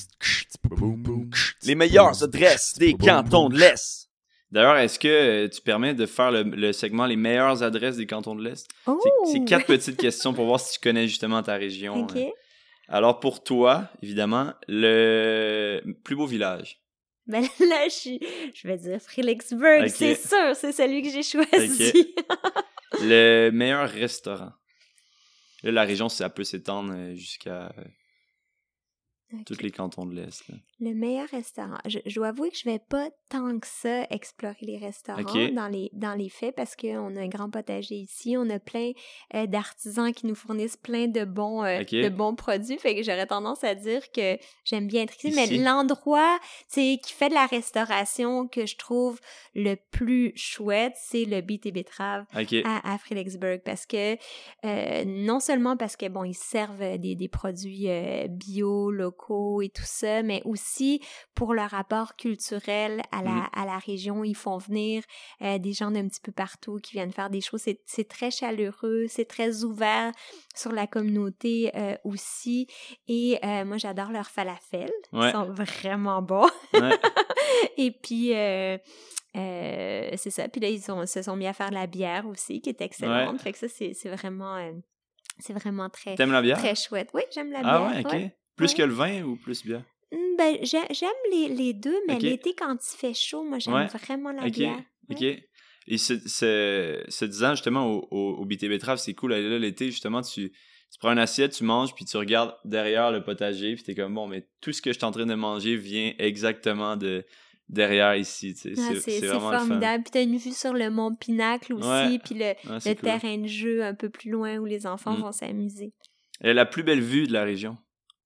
Les meilleures adresses des cantons de l'Est. D'ailleurs, est-ce que tu permets de faire le, le segment « Les meilleures adresses des cantons de l'Est » ? Oh! C'est, c'est quatre petites questions pour voir si tu connais justement ta région. OK. Alors, pour toi, évidemment, le plus beau village. Ben là, je, je vais dire Fredericksburg, okay. C'est sûr, c'est celui que j'ai choisi. Okay. Le meilleur restaurant. Là, la région, ça peut s'étendre jusqu'à... Okay. Tous les cantons de l'Est. Là. Le meilleur restaurant. Je, je dois avouer que je vais pas tant que ça explorer les restaurants okay. dans les dans les faits parce qu'on a un grand potager ici. On a plein euh, d'artisans qui nous fournissent plein de bons, euh, okay. de bons produits. Fait que j'aurais tendance à dire que j'aime bien être ici. ici. Mais l'endroit qui fait de la restauration que je trouve le plus chouette, c'est le Beet et Betterave okay. à, à Fredericksburg. Parce que, euh, non seulement parce que, bon, ils servent des, des produits euh, bio, locaux et tout ça, mais aussi pour le rapport culturel à la, mmh. à la région. Ils font venir euh, des gens d'un petit peu partout qui viennent faire des choses. C'est, c'est très chaleureux, c'est très ouvert sur la communauté euh, aussi. Et euh, moi, j'adore leurs falafels. Ouais. Ils sont vraiment bons. Ouais. Et puis... Euh, Euh, c'est ça. Puis là, ils ont, se sont mis à faire de la bière aussi, qui est excellente. Ouais. Fait que ça, c'est, c'est vraiment... Euh, c'est vraiment très... T'aimes la bière? Très chouette. Oui, j'aime la ah bière. Ah ouais, OK. Ouais. Plus ouais. que le vin ou plus bière? Ben, j'ai, j'aime les, les deux, mais okay. l'été, quand il fait chaud, moi, j'aime ouais. vraiment la okay. bière. OK. Ouais. Et se, se, se disant, justement, au, au, au Beet et Betterave, c'est cool. Là, l'été, justement, tu... Tu prends une assiette, tu manges, puis tu regardes derrière le potager, puis t'es comme, bon, mais tout ce que je suis en train de manger vient exactement de derrière ici, tu sais. Ah, c'est, c'est, c'est, c'est vraiment formidable. Puis t'as une vue sur le mont Pinacle aussi, ouais. puis le, ouais, le cool. terrain de jeu un peu plus loin où les enfants mm. vont s'amuser. Et la plus belle vue de la région?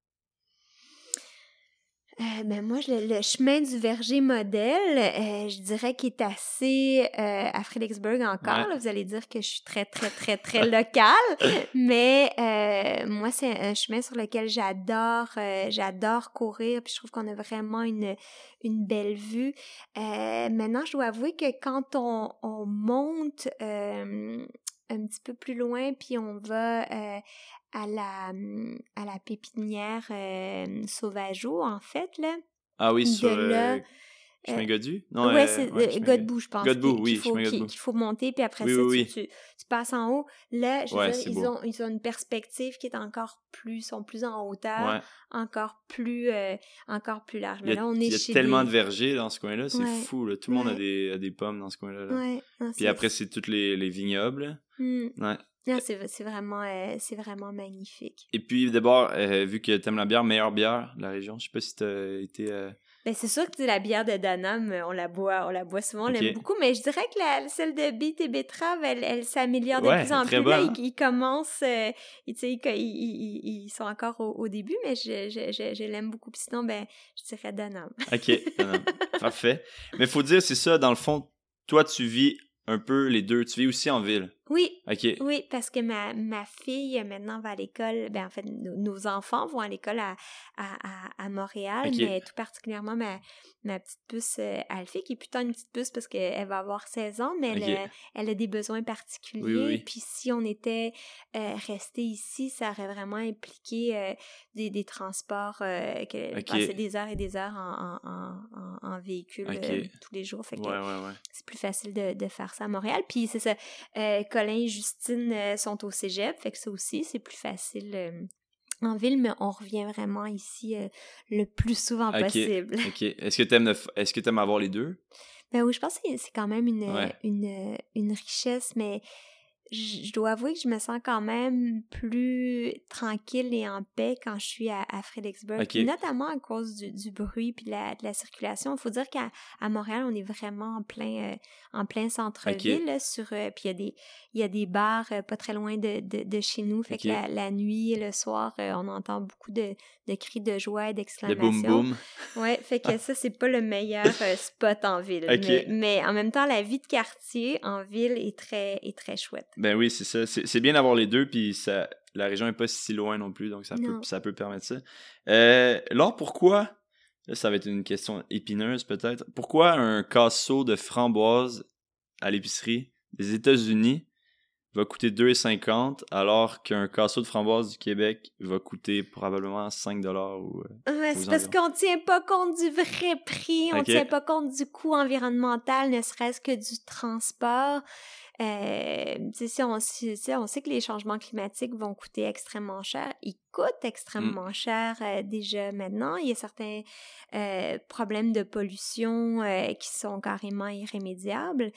Euh, ben moi, le, le chemin du verger modèle, euh, je dirais qu'il est assez euh, à Fredericksburg encore. Ouais. Là, vous allez dire que je suis très, très, très, très locale. Mais euh, moi, c'est un chemin sur lequel j'adore, euh, j'adore courir. Puis je trouve qu'on a vraiment une, une belle vue. Euh, maintenant, je dois avouer que quand on, on monte euh, un petit peu plus loin, puis on va... Euh, à la à la pépinière euh, Sauvageau, en fait, là. Ah oui, de sur là, euh, chemin Godbu? Non, ouais, euh, c'est ouais, Godbout, je pense. Godbout, qu'il, oui, qu'il faut, chemin qu'il, Godbout. qu'il faut monter, puis après oui, ça, oui, tu, oui. tu, tu passes en haut. Là, je veux ouais, dire, ils beau. ont, ils ont une perspective qui est encore plus, sont plus en hauteur, ouais. encore plus euh, encore plus large. Mais il y a, là, on est il y a chez tellement des... de vergers dans ce coin-là, c'est ouais. fou, là. Tout le monde ouais. a des, a des pommes dans ce coin-là. Là. Ouais. Non, puis après, c'est tous les, les vignobles. Mm. Ouais. Non, c'est, c'est, vraiment, euh, c'est vraiment magnifique. Et puis, d'abord, euh, vu que t'aimes la bière, meilleure bière de la région, je sais pas si t'as été... Euh... Ben, c'est sûr que la bière de Danam, on la boit, on la boit souvent, on okay. l'aime beaucoup, mais je dirais que la, celle de Beet et Betterave, elle, elle s'améliore de ouais, plus en plus. Bon, là, hein? ils, ils commencent, euh, ils, ils, ils, ils sont encore au, au début, mais je, je, je, je l'aime beaucoup. Puis sinon, ben, je dirais Danam. OK, Danam. Parfait. Mais il faut dire, c'est ça, dans le fond, toi, tu vis un peu les deux. Tu vis aussi en ville. Oui, okay. oui, parce que ma, ma fille, maintenant, va à l'école, ben en fait, nos, nos enfants vont à l'école à, à, à, à Montréal, okay. mais tout particulièrement ma, ma petite puce euh, Alfie, qui est plutôt une petite puce parce qu'elle va avoir seize ans, mais okay. elle, a, elle a des besoins particuliers. Oui, oui. Puis si on était euh, resté ici, ça aurait vraiment impliqué euh, des, des transports, euh, que okay. passer des heures et des heures en, en, en, en véhicule okay. euh, tous les jours. Fait que ouais, ouais, ouais. c'est plus facile de, de faire ça à Montréal. Puis c'est ça, euh, Colin et Justine euh, sont au cégep, fait que ça aussi, c'est plus facile euh, en ville, mais on revient vraiment ici euh, le plus souvent okay. possible. OK. Est-ce que t'aimes, est-ce que t'aimes avoir les deux? Ben oui, je pense que c'est quand même une, ouais. une, une richesse, mais je dois avouer que je me sens quand même plus tranquille et en paix quand je suis à, à Fredericksburg, okay. notamment à cause du, du bruit puis de la, de la circulation. Il faut dire qu'à à Montréal, on est vraiment en plein, euh, en plein centre-ville, okay. là, sur, euh, puis il y a des, il y a des bars euh, pas très loin de, de, de chez nous, fait okay. que la, la nuit et le soir, euh, on entend beaucoup de, de cris de joie et d'exclamations. De boum boum. Ouais, fait que ça, c'est pas le meilleur euh, spot en ville, okay. mais, mais en même temps, la vie de quartier en ville est très, est très chouette. Ben oui, c'est ça. C'est, c'est bien d'avoir les deux, puis ça, la région n'est pas si loin non plus, donc ça, peut, ça peut permettre ça. Euh, Laure, pourquoi, là, ça va être une question épineuse peut-être, pourquoi un casseau de framboises à l'épicerie des États-Unis va coûter deux dollars cinquante alors qu'un casseau de framboises du Québec va coûter probablement cinq dollars ou euh, ouais, c'est parce qu'on tient pas compte du vrai prix, on okay. tient pas compte du coût environnemental, ne serait-ce que du transport. Euh, si on, si, on sait que les changements climatiques vont coûter extrêmement cher. Ils coûtent extrêmement mm. cher euh, déjà maintenant. Il y a certains euh, problèmes de pollution euh, qui sont carrément irrémédiables.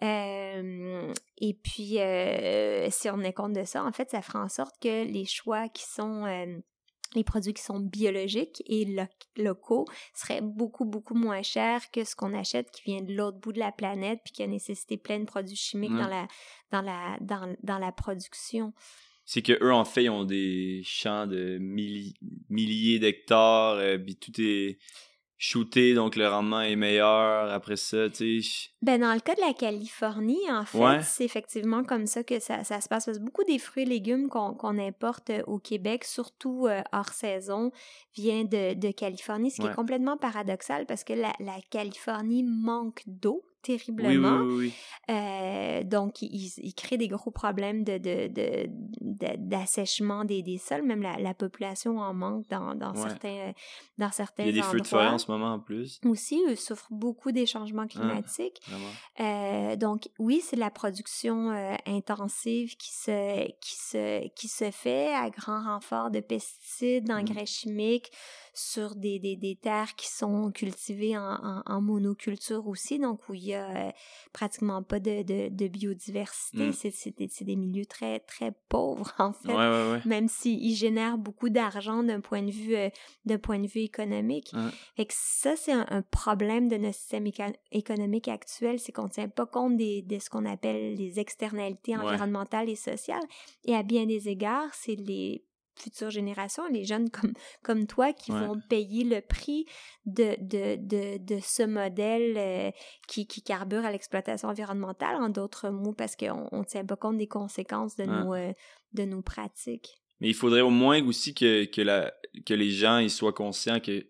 Euh, et puis, euh, si on est compte de ça, en fait, ça fera en sorte que les choix qui sont... Euh, les produits qui sont biologiques et lo- locaux seraient beaucoup, beaucoup moins chers que ce qu'on achète qui vient de l'autre bout de la planète puis qui a nécessité plein de produits chimiques mmh. dans, la, dans, la, dans, dans la production. C'est qu'eux, en fait, ils ont des champs de milli- milliers d'hectares, euh, puis tout est shooté, donc le rendement est meilleur après ça, tu sais. Ben, dans le cas de la Californie, en fait, ouais. c'est effectivement comme ça que ça, ça se passe. Parce que beaucoup des fruits et légumes qu'on, qu'on importe au Québec, surtout euh, hors saison, vient de, de Californie, ce qui ouais. est complètement paradoxal parce que la, la Californie manque d'eau terriblement. Oui, oui, oui, oui. Euh, donc, il, il crée des gros problèmes de, de, de, de, d'assèchement des, des sols. Même la, la population en manque dans, dans, ouais. certains, dans certains endroits. Il y a des endroits. feux de forêt en ce moment en plus. Aussi, eux souffrent beaucoup des changements climatiques. Ah, euh, donc, oui, c'est la production euh, intensive qui se, qui, se, qui se fait à grand renfort de pesticides, d'engrais mmh. chimiques, sur des, des, des terres qui sont cultivées en, en, en monoculture aussi, donc où il y a euh, pratiquement pas de, de, de biodiversité. Mm. C'est, c'est, des, c'est des milieux très, très pauvres, en fait, ouais, ouais, ouais. même s'ils génèrent beaucoup d'argent d'un point de vue, euh, d'un point de vue économique. Ouais. Fait que ça, c'est un, un problème de notre système éco- économique actuel, c'est qu'on ne tient pas compte des, de ce qu'on appelle les externalités environnementales ouais. et sociales. Et à bien des égards, c'est les futures générations, les jeunes comme, comme toi qui ouais. vont payer le prix de, de, de, de ce modèle euh, qui, qui carbure à l'exploitation environnementale, en d'autres mots, parce qu'on ne tient pas compte des conséquences de, ouais. nos, euh, de nos pratiques. Mais il faudrait au moins aussi que, que, la, que les gens ils soient conscients que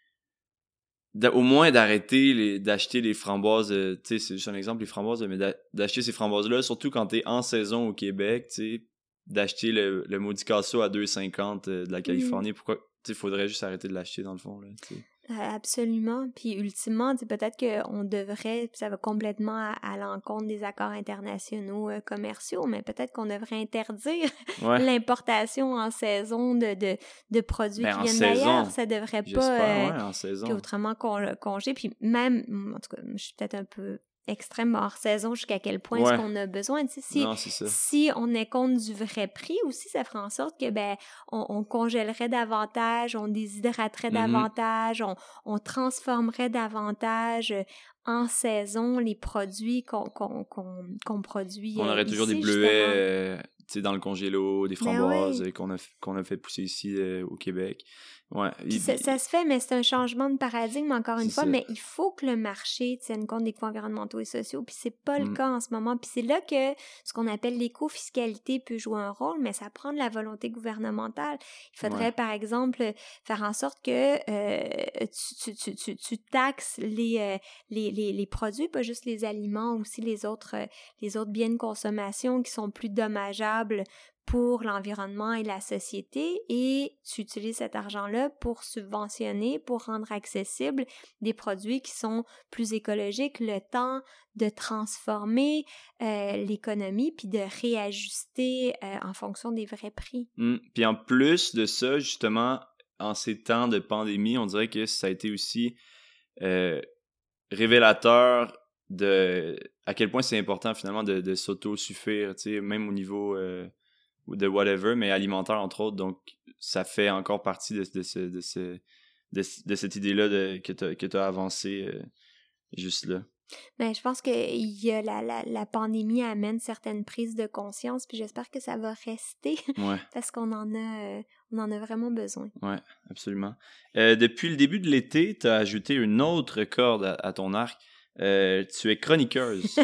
au moins d'arrêter les, d'acheter les framboises, euh, tu sais, c'est juste un exemple, les framboises, mais d'a, d'acheter ces framboises-là, surtout quand tu es en saison au Québec, tu sais, d'acheter le, le maudit casseau à deux dollars cinquante de la Californie. Mm. Pourquoi? Tu sais, il faudrait juste arrêter de l'acheter, dans le fond, là, tu sais. Euh, absolument. Puis ultimement, peut-être qu'on devrait, ça va complètement à, à l'encontre des accords internationaux euh, commerciaux, mais peut-être qu'on devrait interdire ouais. l'importation en saison de, de, de produits ben, qui viennent saison, d'ailleurs. Ça devrait pas... Euh, ouais, en saison. Puis autrement qu'on congé. Puis même, en tout cas, je suis peut-être un peu... extrême hors saison, jusqu'à quel point ouais. est-ce qu'on a besoin. Tu sais, si, non, c'est ça. si on est compte du vrai prix aussi, ça ferait en sorte que ben on, on congèlerait davantage, on déshydraterait mm-hmm. davantage, on, on transformerait davantage en saison les produits qu'on, qu'on, qu'on, qu'on produit. On aurait ici, toujours des bleuets euh, tu sais, dans le congélo, des framboises ben oui. qu'on, a, qu'on a fait pousser ici euh, au Québec. Ouais. Il, ça, ça se fait, mais c'est un changement de paradigme, encore une fois, ça. mais il faut que le marché tienne compte des coûts environnementaux et sociaux, puis c'est pas mm. le cas en ce moment. Puis c'est là que ce qu'on appelle l'éco-fiscalité peut jouer un rôle, mais ça prend de la volonté gouvernementale. Il faudrait, ouais. par exemple, faire en sorte que euh, tu, tu, tu, tu taxes les, euh, les, les, les produits, pas juste les aliments, aussi les autres, euh, les autres biens de consommation qui sont plus dommageables pour l'environnement et la société, et tu utilises cet argent-là pour subventionner, pour rendre accessibles des produits qui sont plus écologiques, le temps de transformer euh, l'économie puis de réajuster euh, en fonction des vrais prix. Mmh. Puis en plus de ça, justement, en ces temps de pandémie, on dirait que ça a été aussi euh, révélateur de à quel point c'est important finalement de, de s'auto-suffire, tu sais, même au niveau euh, de whatever, mais alimentaire entre autres. Donc, ça fait encore partie de, de, ce, de, ce, de, de cette idée-là de, que tu as avancé euh, juste là. Ben, je pense que y a la, la, la pandémie amène certaines prises de conscience, puis j'espère que ça va rester ouais. parce qu'on en a euh, on en a vraiment besoin. Oui, absolument. Euh, depuis le début de l'été, tu as ajouté une autre corde à, à ton arc. Euh, tu es chroniqueuse.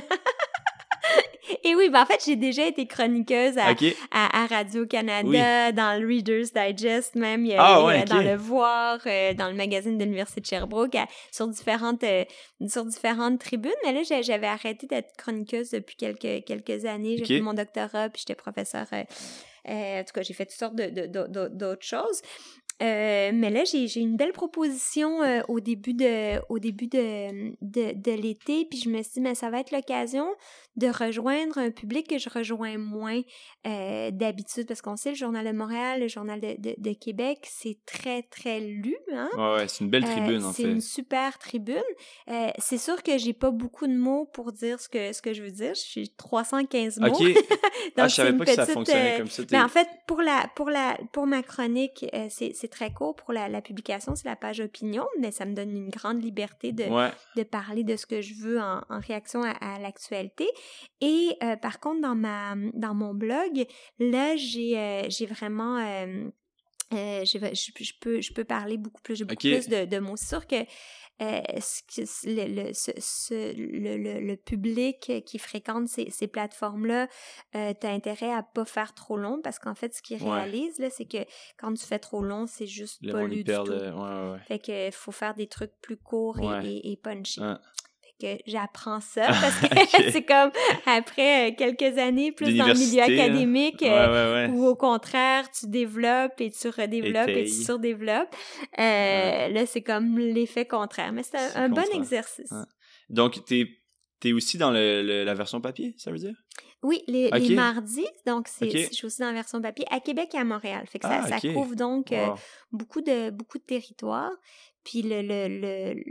Et oui, ben en fait, j'ai déjà été chroniqueuse à, okay. à, à Radio-Canada, oui. dans le Reader's Digest même, il y a, ah, il y a, ouais, okay. dans Le Voir, euh, dans le magazine de l'Université de Sherbrooke, à, sur, différentes, euh, sur différentes tribunes. Mais là, j'avais arrêté d'être chroniqueuse depuis quelques, quelques années. J'ai okay. fait mon doctorat, puis j'étais professeure. Euh, euh, en tout cas, j'ai fait toutes sortes de, de, de, d'autres choses. Euh, mais là, j'ai, j'ai une belle proposition euh, au début de au début de, de, de l'été, puis je me suis dit, mais ça va être l'occasion de rejoindre un public que je rejoins moins euh, d'habitude, parce qu'on sait, le Journal de Montréal, le Journal de, de, de Québec, c'est très, très lu. Hein? Ouais, ouais, c'est une belle tribune, euh, en c'est fait. C'est une super tribune. Euh, c'est sûr que j'ai pas beaucoup de mots pour dire ce que, ce que je veux dire. Je suis trois cent quinze mots. OK. Donc, ah, je savais pas petite, que ça fonctionnait euh, comme ça. T'es... Mais en fait, pour, la, pour, la, pour ma chronique, euh, c'est, c'est très court. Pour la, la publication, c'est la page opinion, mais ça me donne une grande liberté de, ouais. de parler de ce que je veux en, en réaction à, à l'actualité. Et euh, par contre, dans, ma, dans mon blog, là, j'ai, euh, j'ai vraiment... Euh, euh, je, je, je, peux, je peux parler beaucoup plus, j'ai beaucoup okay. plus de, de mots. C'est sûr que euh, ce, le, le, ce, ce, le, le, le public qui fréquente ces, ces plateformes-là, euh, t'as intérêt à pas faire trop long, parce qu'en fait, ce qu'ils ouais. réalisent, là, c'est que quand tu fais trop long, c'est juste le pas lu du tout. De... Ouais, ouais. Fait que faut faire des trucs plus courts ouais. et, et, et punchy. Ouais. Que j'apprends ça parce que okay. c'est comme après quelques années plus dans le milieu académique hein? ouais, ouais, ouais. où au contraire tu développes et tu redéveloppes et, et tu surdéveloppes euh, ouais. là c'est comme l'effet contraire, mais c'est un, c'est un bon exercice. Ouais. Donc t'es t'es aussi dans le, le, la version papier, ça veut dire? Oui, les, okay. les mardis, donc c'est, okay. je suis aussi dans la version papier à Québec et à Montréal, fait que ah, ça, okay. ça couvre donc wow. euh, beaucoup de beaucoup de territoires. Puis le, le, le,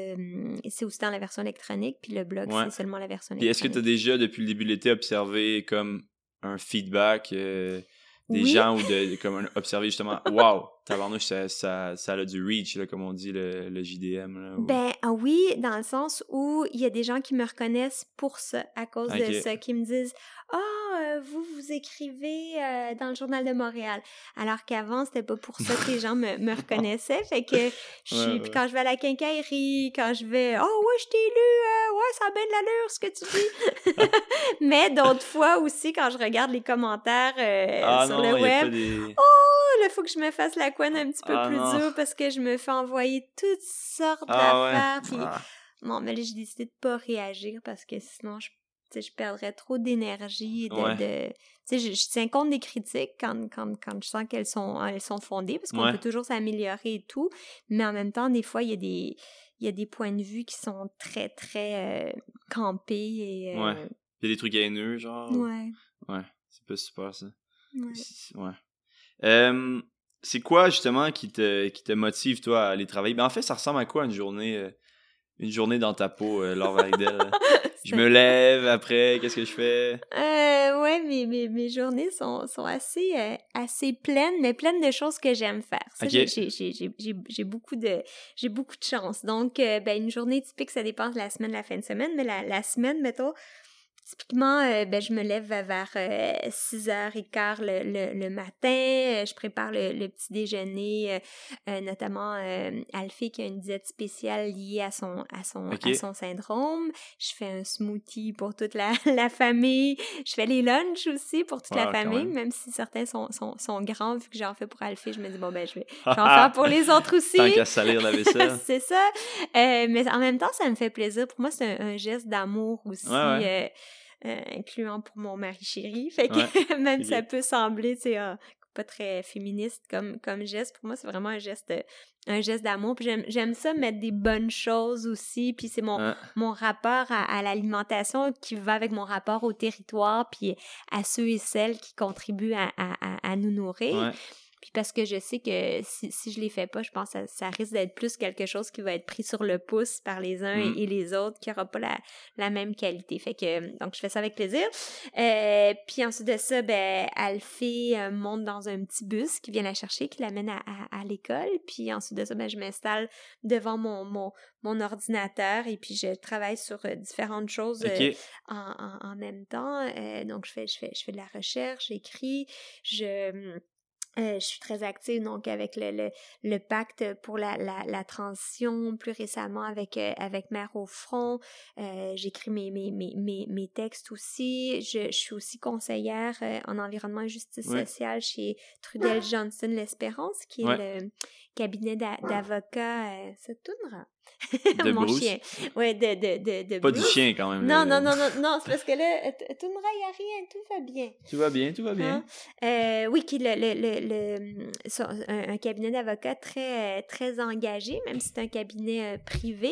le c'est aussi dans la version électronique, puis le blog, ouais. c'est seulement la version électronique. Puis est-ce que tu as déjà, depuis le début de l'été, observé comme un feedback euh, des oui. gens ou de, comme un, observé justement, wow, tabarnouche, ça, ça, ça a du reach, là, comme on dit, le, le J D M. Là, ou... Ben ah oui, dans le sens où il y a des gens qui me reconnaissent pour ça, à cause okay. de ça, qui me disent « Ah, oh, euh, vous, vous écrivez euh, dans le Journal de Montréal. » Alors qu'avant, c'était pas pour ça que les gens me, me reconnaissaient. Fait que je suis... Ouais, ouais. Puis quand je vais à la quincaillerie, quand je vais « Oh ouais, je t'ai lu, euh, ouais, ça a bien de l'allure ce que tu dis. » Mais d'autres fois aussi, quand je regarde les commentaires euh, ah, sur non, le web, des... « Oh, là, faut que je me fasse la couenne un petit peu ah, plus non. dure parce que je me fais envoyer toutes sortes ah, d'affaires. Ouais. Puis, ah. bon, mais là, j'ai décidé de pas réagir parce que sinon, je, je perdrais trop d'énergie. Et de, ouais. de, je, je tiens compte des critiques quand, quand, quand je sens qu'elles sont, elles sont fondées parce qu'on ouais. peut toujours s'améliorer et tout. Mais en même temps, des fois, il y a des, il y a des points de vue qui sont très, très euh, campés. Et, euh... ouais. Il y a des trucs haineux, genre. Ouais. Ouais. C'est pas super, ça. Ouais. C'est, ouais. Euh, c'est quoi, justement, qui te, qui te motive, toi, à aller travailler? Ben, en fait, ça ressemble à quoi une journée, euh, une journée dans ta peau, euh, Laure Varidel? Je me lève, après, qu'est-ce que je fais? Euh, ouais, mes, mes, mes journées sont, sont assez, euh, assez pleines, mais pleines de choses que j'aime faire. Ça, okay. j'ai, j'ai, j'ai, j'ai, j'ai, beaucoup de, j'ai beaucoup de chance. Donc, euh, ben, une journée typique, ça dépend de la semaine, de la fin de semaine, mais la, la semaine, mettons, typiquement, euh, ben, je me lève vers euh, six heures quinze le, le, le matin. Euh, je prépare le, le petit déjeuner, euh, euh, notamment euh, Alfie qui a une diète spéciale liée à son, à son, okay. à son syndrome. Je fais un smoothie pour toute la, la famille. Je fais les lunchs aussi pour toute wow, la famille, même. même si certains sont, sont, sont grands. Vu que j'en fais pour Alfie, je me dis, bon, ben, je vais, je vais en faire pour les autres aussi. Tant qu'à salir la vaisselle. C'est ça. Euh, mais en même temps, ça me fait plaisir. Pour moi, c'est un, un geste d'amour aussi. Ouais, ouais. Euh, Euh, incluant pour mon mari chéri. Fait que ouais. même okay. ça peut sembler, tu sais, euh, pas très féministe comme, comme geste. Pour moi, c'est vraiment un geste, un geste d'amour. Puis j'aime, j'aime ça mettre des bonnes choses aussi. Puis c'est mon, ouais. mon rapport à, à l'alimentation qui va avec mon rapport au territoire puis à ceux et celles qui contribuent à, à, à, à nous nourrir. Ouais. Puis parce que je sais que si, si je les fais pas, je pense que ça, ça risque d'être plus quelque chose qui va être pris sur le pouce par les uns Mm. et, et les autres, qui aura pas la, la même qualité. Fait que, donc je fais ça avec plaisir. Euh, puis ensuite de ça, ben, Alphée euh, monte dans un petit bus qui vient la chercher, qui l'amène à, à, à l'école. Puis ensuite de ça, ben, je m'installe devant mon, mon, mon ordinateur et puis je travaille sur euh, différentes choses euh, OK. en, en, en même temps. Euh, donc, je fais, je, fais, je fais de la recherche, j'écris, je... Euh, je suis très active donc avec le, le, le pacte pour la, la, la transition, plus récemment avec, euh, avec Mère au front. Euh, j'écris mes, mes, mes, mes, mes textes aussi. Je, je suis aussi conseillère euh, en environnement et justice Ouais. sociale chez Trudel Johnson L'Espérance, qui est Ouais. le cabinet d'a- d'avocats. Euh, ça tourne De Mon Bruce. chien. Ouais, de, de, de, de Pas Bruce. du chien, quand même. Non, là. non, non, non, non, c'est parce que là, Tounra, il n'y a rien, tout va bien. Tout va bien, tout va bien. Hein? Euh, oui, qui est le, le, le, le, un, un cabinet d'avocats très, très engagé, même si c'est un cabinet euh, privé.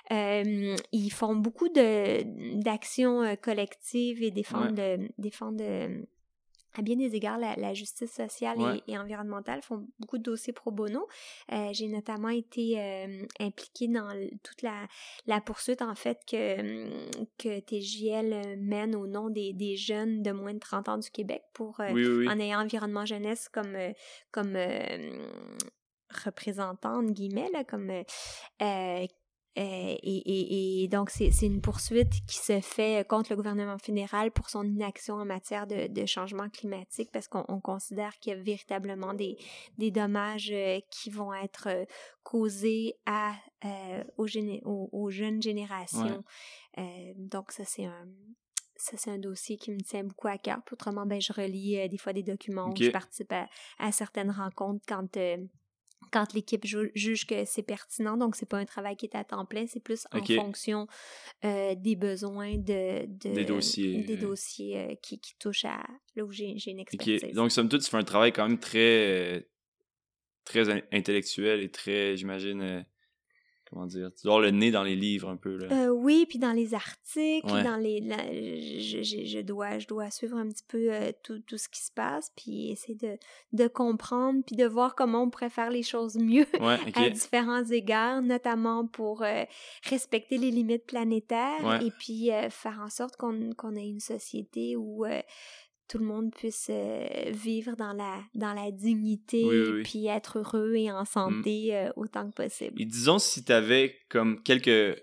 Euh, ils font beaucoup de, d'actions euh, collectives et défendent, Ouais. le, défendent euh, à bien des égards, la, la justice sociale Ouais. et, et environnementale, font beaucoup de dossiers pro bono. Euh, j'ai notamment été euh, impliquée dans l- toute la, la poursuite, en fait, que, que T J L mène au nom des, des jeunes de moins de trente ans du Québec pour, euh, Oui, oui, oui. en ayant Environnement Jeunesse comme, euh, comme euh, représentant, entre guillemets, là, comme... Euh, euh, Euh, et, et, et donc, c'est, c'est une poursuite qui se fait contre le gouvernement fédéral pour son inaction en matière de, de changement climatique parce qu'on on considère qu'il y a véritablement des, des dommages euh, qui vont être euh, causés à, euh, aux, géné- aux, aux jeunes générations. Ouais. Euh, donc, ça, c'est un... Ça, c'est un dossier qui me tient beaucoup à cœur. Puis autrement, ben, je relis euh, des fois des documents OK. où je participe à, à certaines rencontres quand... Euh, quand l'équipe ju- juge que c'est pertinent, donc c'est pas un travail qui est à temps plein, c'est plus en OK. fonction euh, des besoins de, de Des dossiers. des euh. dossiers euh, qui, qui touchent à là où j'ai, j'ai une expertise. OK. Donc, somme toute, tu fais un travail quand même très, euh, très in- intellectuel et très, j'imagine, euh, comment dire, tu dois avoir le nez dans les livres un peu, là. Euh, oui, puis dans les articles, Ouais. dans les, la- je, je, je dois, je dois suivre un petit peu euh, tout, tout ce qui se passe, puis essayer de, de comprendre, puis de voir comment on pourrait faire les choses mieux Ouais, OK. à différents égards, notamment pour euh, respecter les limites planétaires Ouais. et puis euh, faire en sorte qu'on, qu'on ait une société où euh, tout le monde puisse euh, vivre dans la, dans la dignité, Oui, oui, oui. puis être heureux et en Mm. santé euh, autant que possible. Et disons, si tu avais comme quelques,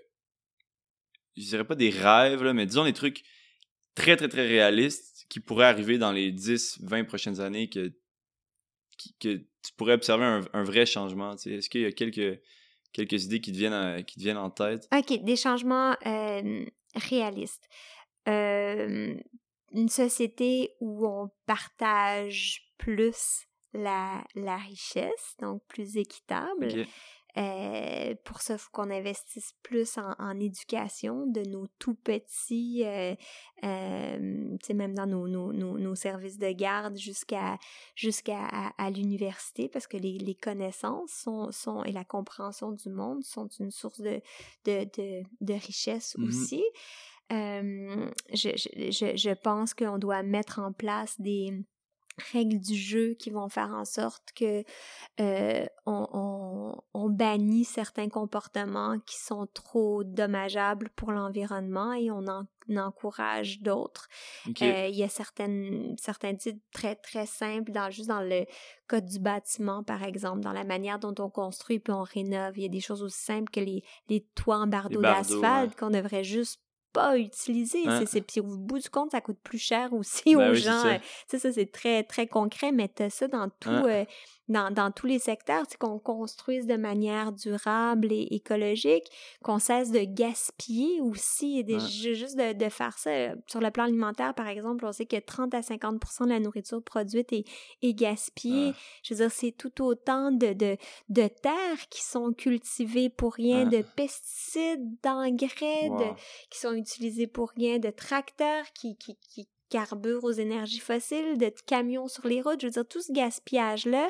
je dirais pas des rêves, là, mais disons des trucs très, très, très réalistes qui pourraient arriver dans les dix, vingt prochaines années que, qui- que tu pourrais observer un, un vrai changement. Tu sais. Est-ce qu'il y a quelques, quelques idées qui te viennent, à- qui te viennent en tête? OK, des changements euh, réalistes. Euh, une société où on partage plus la, la richesse, donc plus équitable. OK. Euh, pour ça, il faut qu'on investisse plus en, en éducation de nos tout petits, euh, euh, tu sais, même dans nos, nos, nos, nos services de garde jusqu'à, jusqu'à à, à l'université, parce que les, les connaissances sont, sont, et la compréhension du monde sont une source de, de, de, de richesse Mhm. aussi. Euh, je, je, je, je pense qu'on doit mettre en place des règles du jeu qui vont faire en sorte que euh, on, on, on bannit certains comportements qui sont trop dommageables pour l'environnement et on en, on encourage d'autres. OK. Euh, il y a certaines, certains titres très, très simples, dans, juste dans le code du bâtiment, par exemple, dans la manière dont on construit puis on rénove. Il y a des choses aussi simples que les, les toits en bardeaux Les bardeaux, d'asphalte ouais. qu'on devrait juste pas utiliser. Hein? C'est, c'est, puis au bout du compte, ça coûte plus cher aussi Ben aux oui, c'est gens. ça. Euh, tu sais, ça, c'est très, très concret, mais t'as ça dans tout, Hein? euh, dans, dans tous les secteurs, tu sais, qu'on construise de manière durable et écologique, qu'on cesse de gaspiller aussi, et de, Hein? juste de, de faire ça. Sur le plan alimentaire, par exemple, on sait que trente à cinquante pour cent de la nourriture produite est, est gaspillée. Ah. Je veux dire, c'est tout autant de, de, de terres qui sont cultivées pour rien, Hein? de pesticides, d'engrais, de, Wow. qui sont utilisés pour rien, de tracteurs qui, qui, qui carburent aux énergies fossiles, de camions sur les routes. Je veux dire, tout ce gaspillage-là,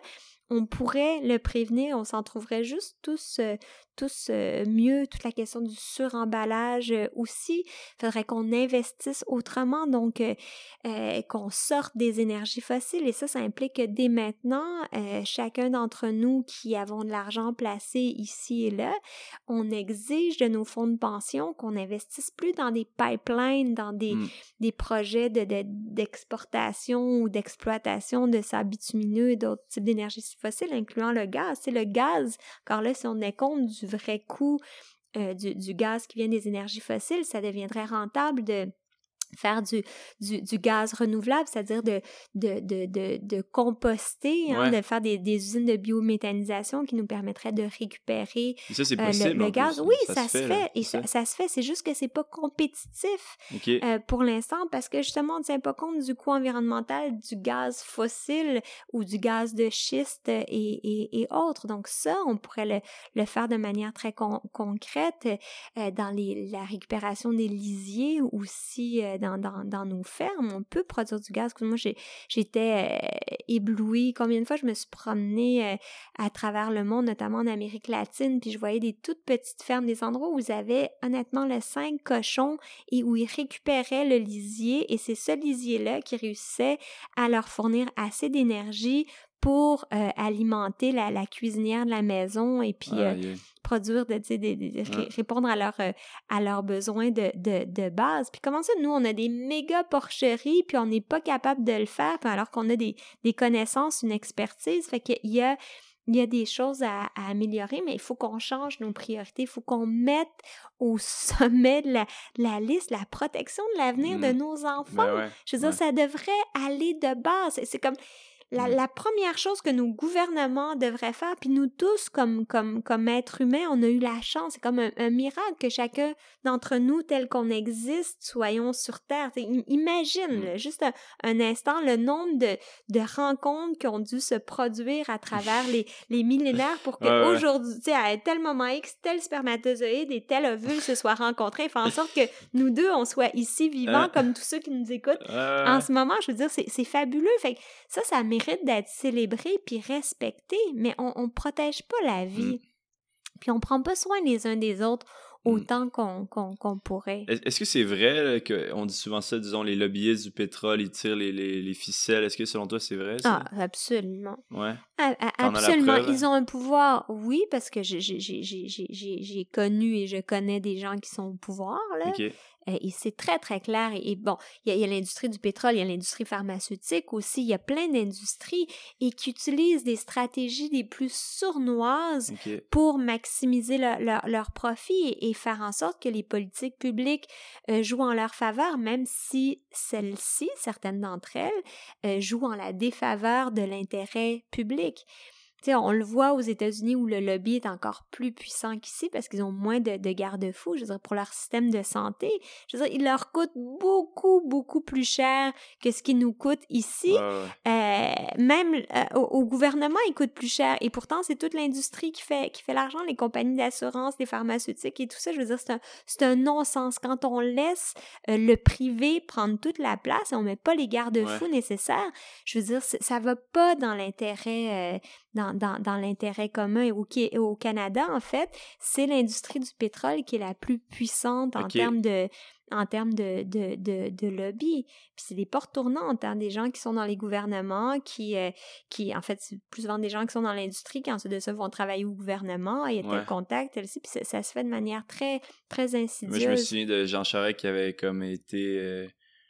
on pourrait le prévenir, on s'en trouverait juste tous, euh, tous euh, mieux. Toute la question du suremballage euh, aussi, il faudrait qu'on investisse autrement, donc euh, euh, qu'on sorte des énergies fossiles, et ça, ça implique que dès maintenant, euh, chacun d'entre nous qui avons de l'argent placé ici et là, on exige de nos fonds de pension qu'on n'investisse plus dans des pipelines, dans des, mm. des projets de, de, d'exportation ou d'exploitation de sable bitumineux et d'autres types d'énergies fossiles, incluant le gaz. C'est le gaz, car là, si on est compte du vrai coût euh, du, du gaz qui vient des énergies fossiles, ça deviendrait rentable de faire du, du, du gaz renouvelable, c'est-à-dire de, de, de, de, de composter, hein, ouais. de faire des, des usines de biométhanisation qui nous permettraient de récupérer et ça, c'est possible, euh, le, le gaz. Plus. Oui, ça, ça, se se fait. fait, Là, et ça, ça se fait. C'est juste que c'est pas compétitif okay. euh, pour l'instant parce que justement, on ne tient pas compte du coût environnemental du gaz fossile ou du gaz de schiste et, et, et autres. Donc ça, on pourrait le, le faire de manière très con- concrète euh, dans les, la récupération des lisiers ou aussi euh, Dans, dans, dans nos fermes, on peut produire du gaz. Moi, j'ai, j'étais euh, éblouie. Combien de fois je me suis promenée euh, à travers le monde, notamment en Amérique latine, puis je voyais des toutes petites fermes, des endroits où ils avaient honnêtement le cinq cochons et où ils récupéraient le lisier, et c'est ce lisier-là qui réussissait à leur fournir assez d'énergie pour euh, alimenter la, la cuisinière de la maison et puis euh, yeah. produire, de, de, de, de ouais. répondre à, leur, euh, à leurs besoins de, de, de base. Puis comment ça, nous, on a des méga porcheries, puis on n'est pas capable de le faire, puis alors qu'on a des, des connaissances, une expertise, fait qu'il y a, il y a des choses à, à améliorer, mais il faut qu'on change nos priorités, il faut qu'on mette au sommet de la, de la liste la protection de l'avenir mmh. de nos enfants. Ben ouais, Je veux dire, ouais. ça devrait aller de base. C'est, c'est comme... La, la première chose que nos gouvernements devraient faire, puis nous tous, comme, comme, comme êtres humains, on a eu la chance, c'est comme un, un miracle que chacun d'entre nous, tel qu'on existe, soyons sur Terre. T'sais, imagine, là, juste un, un instant, le nombre de, de rencontres qui ont dû se produire à travers les, les millénaires pour qu'aujourd'hui, ouais, ouais. à tel moment X, tel spermatozoïde et tel ovule se soient rencontrés, faire en sorte que nous deux, on soit ici vivants, euh, comme tous ceux qui nous écoutent euh, en ce moment. Je veux dire, c'est, c'est fabuleux. Fait que ça, ça mérite d'être célébré puis respecté, mais on, on protège pas la vie. Mm. Puis on prend pas soin les uns des autres autant mm. qu'on, qu'on, qu'on pourrait. Est-ce que c'est vrai qu'on dit souvent ça, disons, les lobbyistes du pétrole, ils tirent les, les, les ficelles? Est-ce que selon toi, c'est vrai, ça? Ah, absolument. Ouais. A- a- absolument. Ils ont un pouvoir, oui, parce que j'ai, j'ai, j'ai, j'ai, j'ai, j'ai connu et je connais des gens qui sont au pouvoir, là. OK. Et c'est très, très clair. Et, et bon, il y, y a l'industrie du pétrole, il y a l'industrie pharmaceutique aussi, il y a plein d'industries et qui utilisent des stratégies les plus sournoises okay. pour maximiser le, leur, leur profit et, et faire en sorte que les politiques publiques euh, jouent en leur faveur, même si celles-ci, certaines d'entre elles, euh, jouent en la défaveur de l'intérêt public. Tu sais, on le voit aux États-Unis où le lobby est encore plus puissant qu'ici parce qu'ils ont moins de, de garde-fous, je veux dire, pour leur système de santé. Je veux dire, il leur coûte beaucoup, beaucoup plus cher que ce qui nous coûte ici. Ouais, ouais. Euh, même euh, au, au gouvernement, il coûte plus cher. Et pourtant, c'est toute l'industrie qui fait, qui fait l'argent, les compagnies d'assurance, les pharmaceutiques et tout ça. Je veux dire, c'est un, c'est un non-sens. Quand on laisse euh, le privé prendre toute la place et on met pas les garde-fous ouais. nécessaires, je veux dire, ça va pas dans l'intérêt... Euh, Dans, dans, dans l'intérêt commun. Au, au Canada, en fait, c'est l'industrie du pétrole qui est la plus puissante en okay. termes de en termes de, de, de, de lobby. Puis c'est des portes tournantes, hein, des gens qui sont dans les gouvernements, qui, euh, qui en fait, c'est plus souvent des gens qui sont dans l'industrie, qui ensuite de ça vont travailler au gouvernement, et tel ouais. contact, tel ci, puis ça, ça se fait de manière très, très insidieuse. Moi, je me souviens de Jean Charest qui avait comme été... Euh,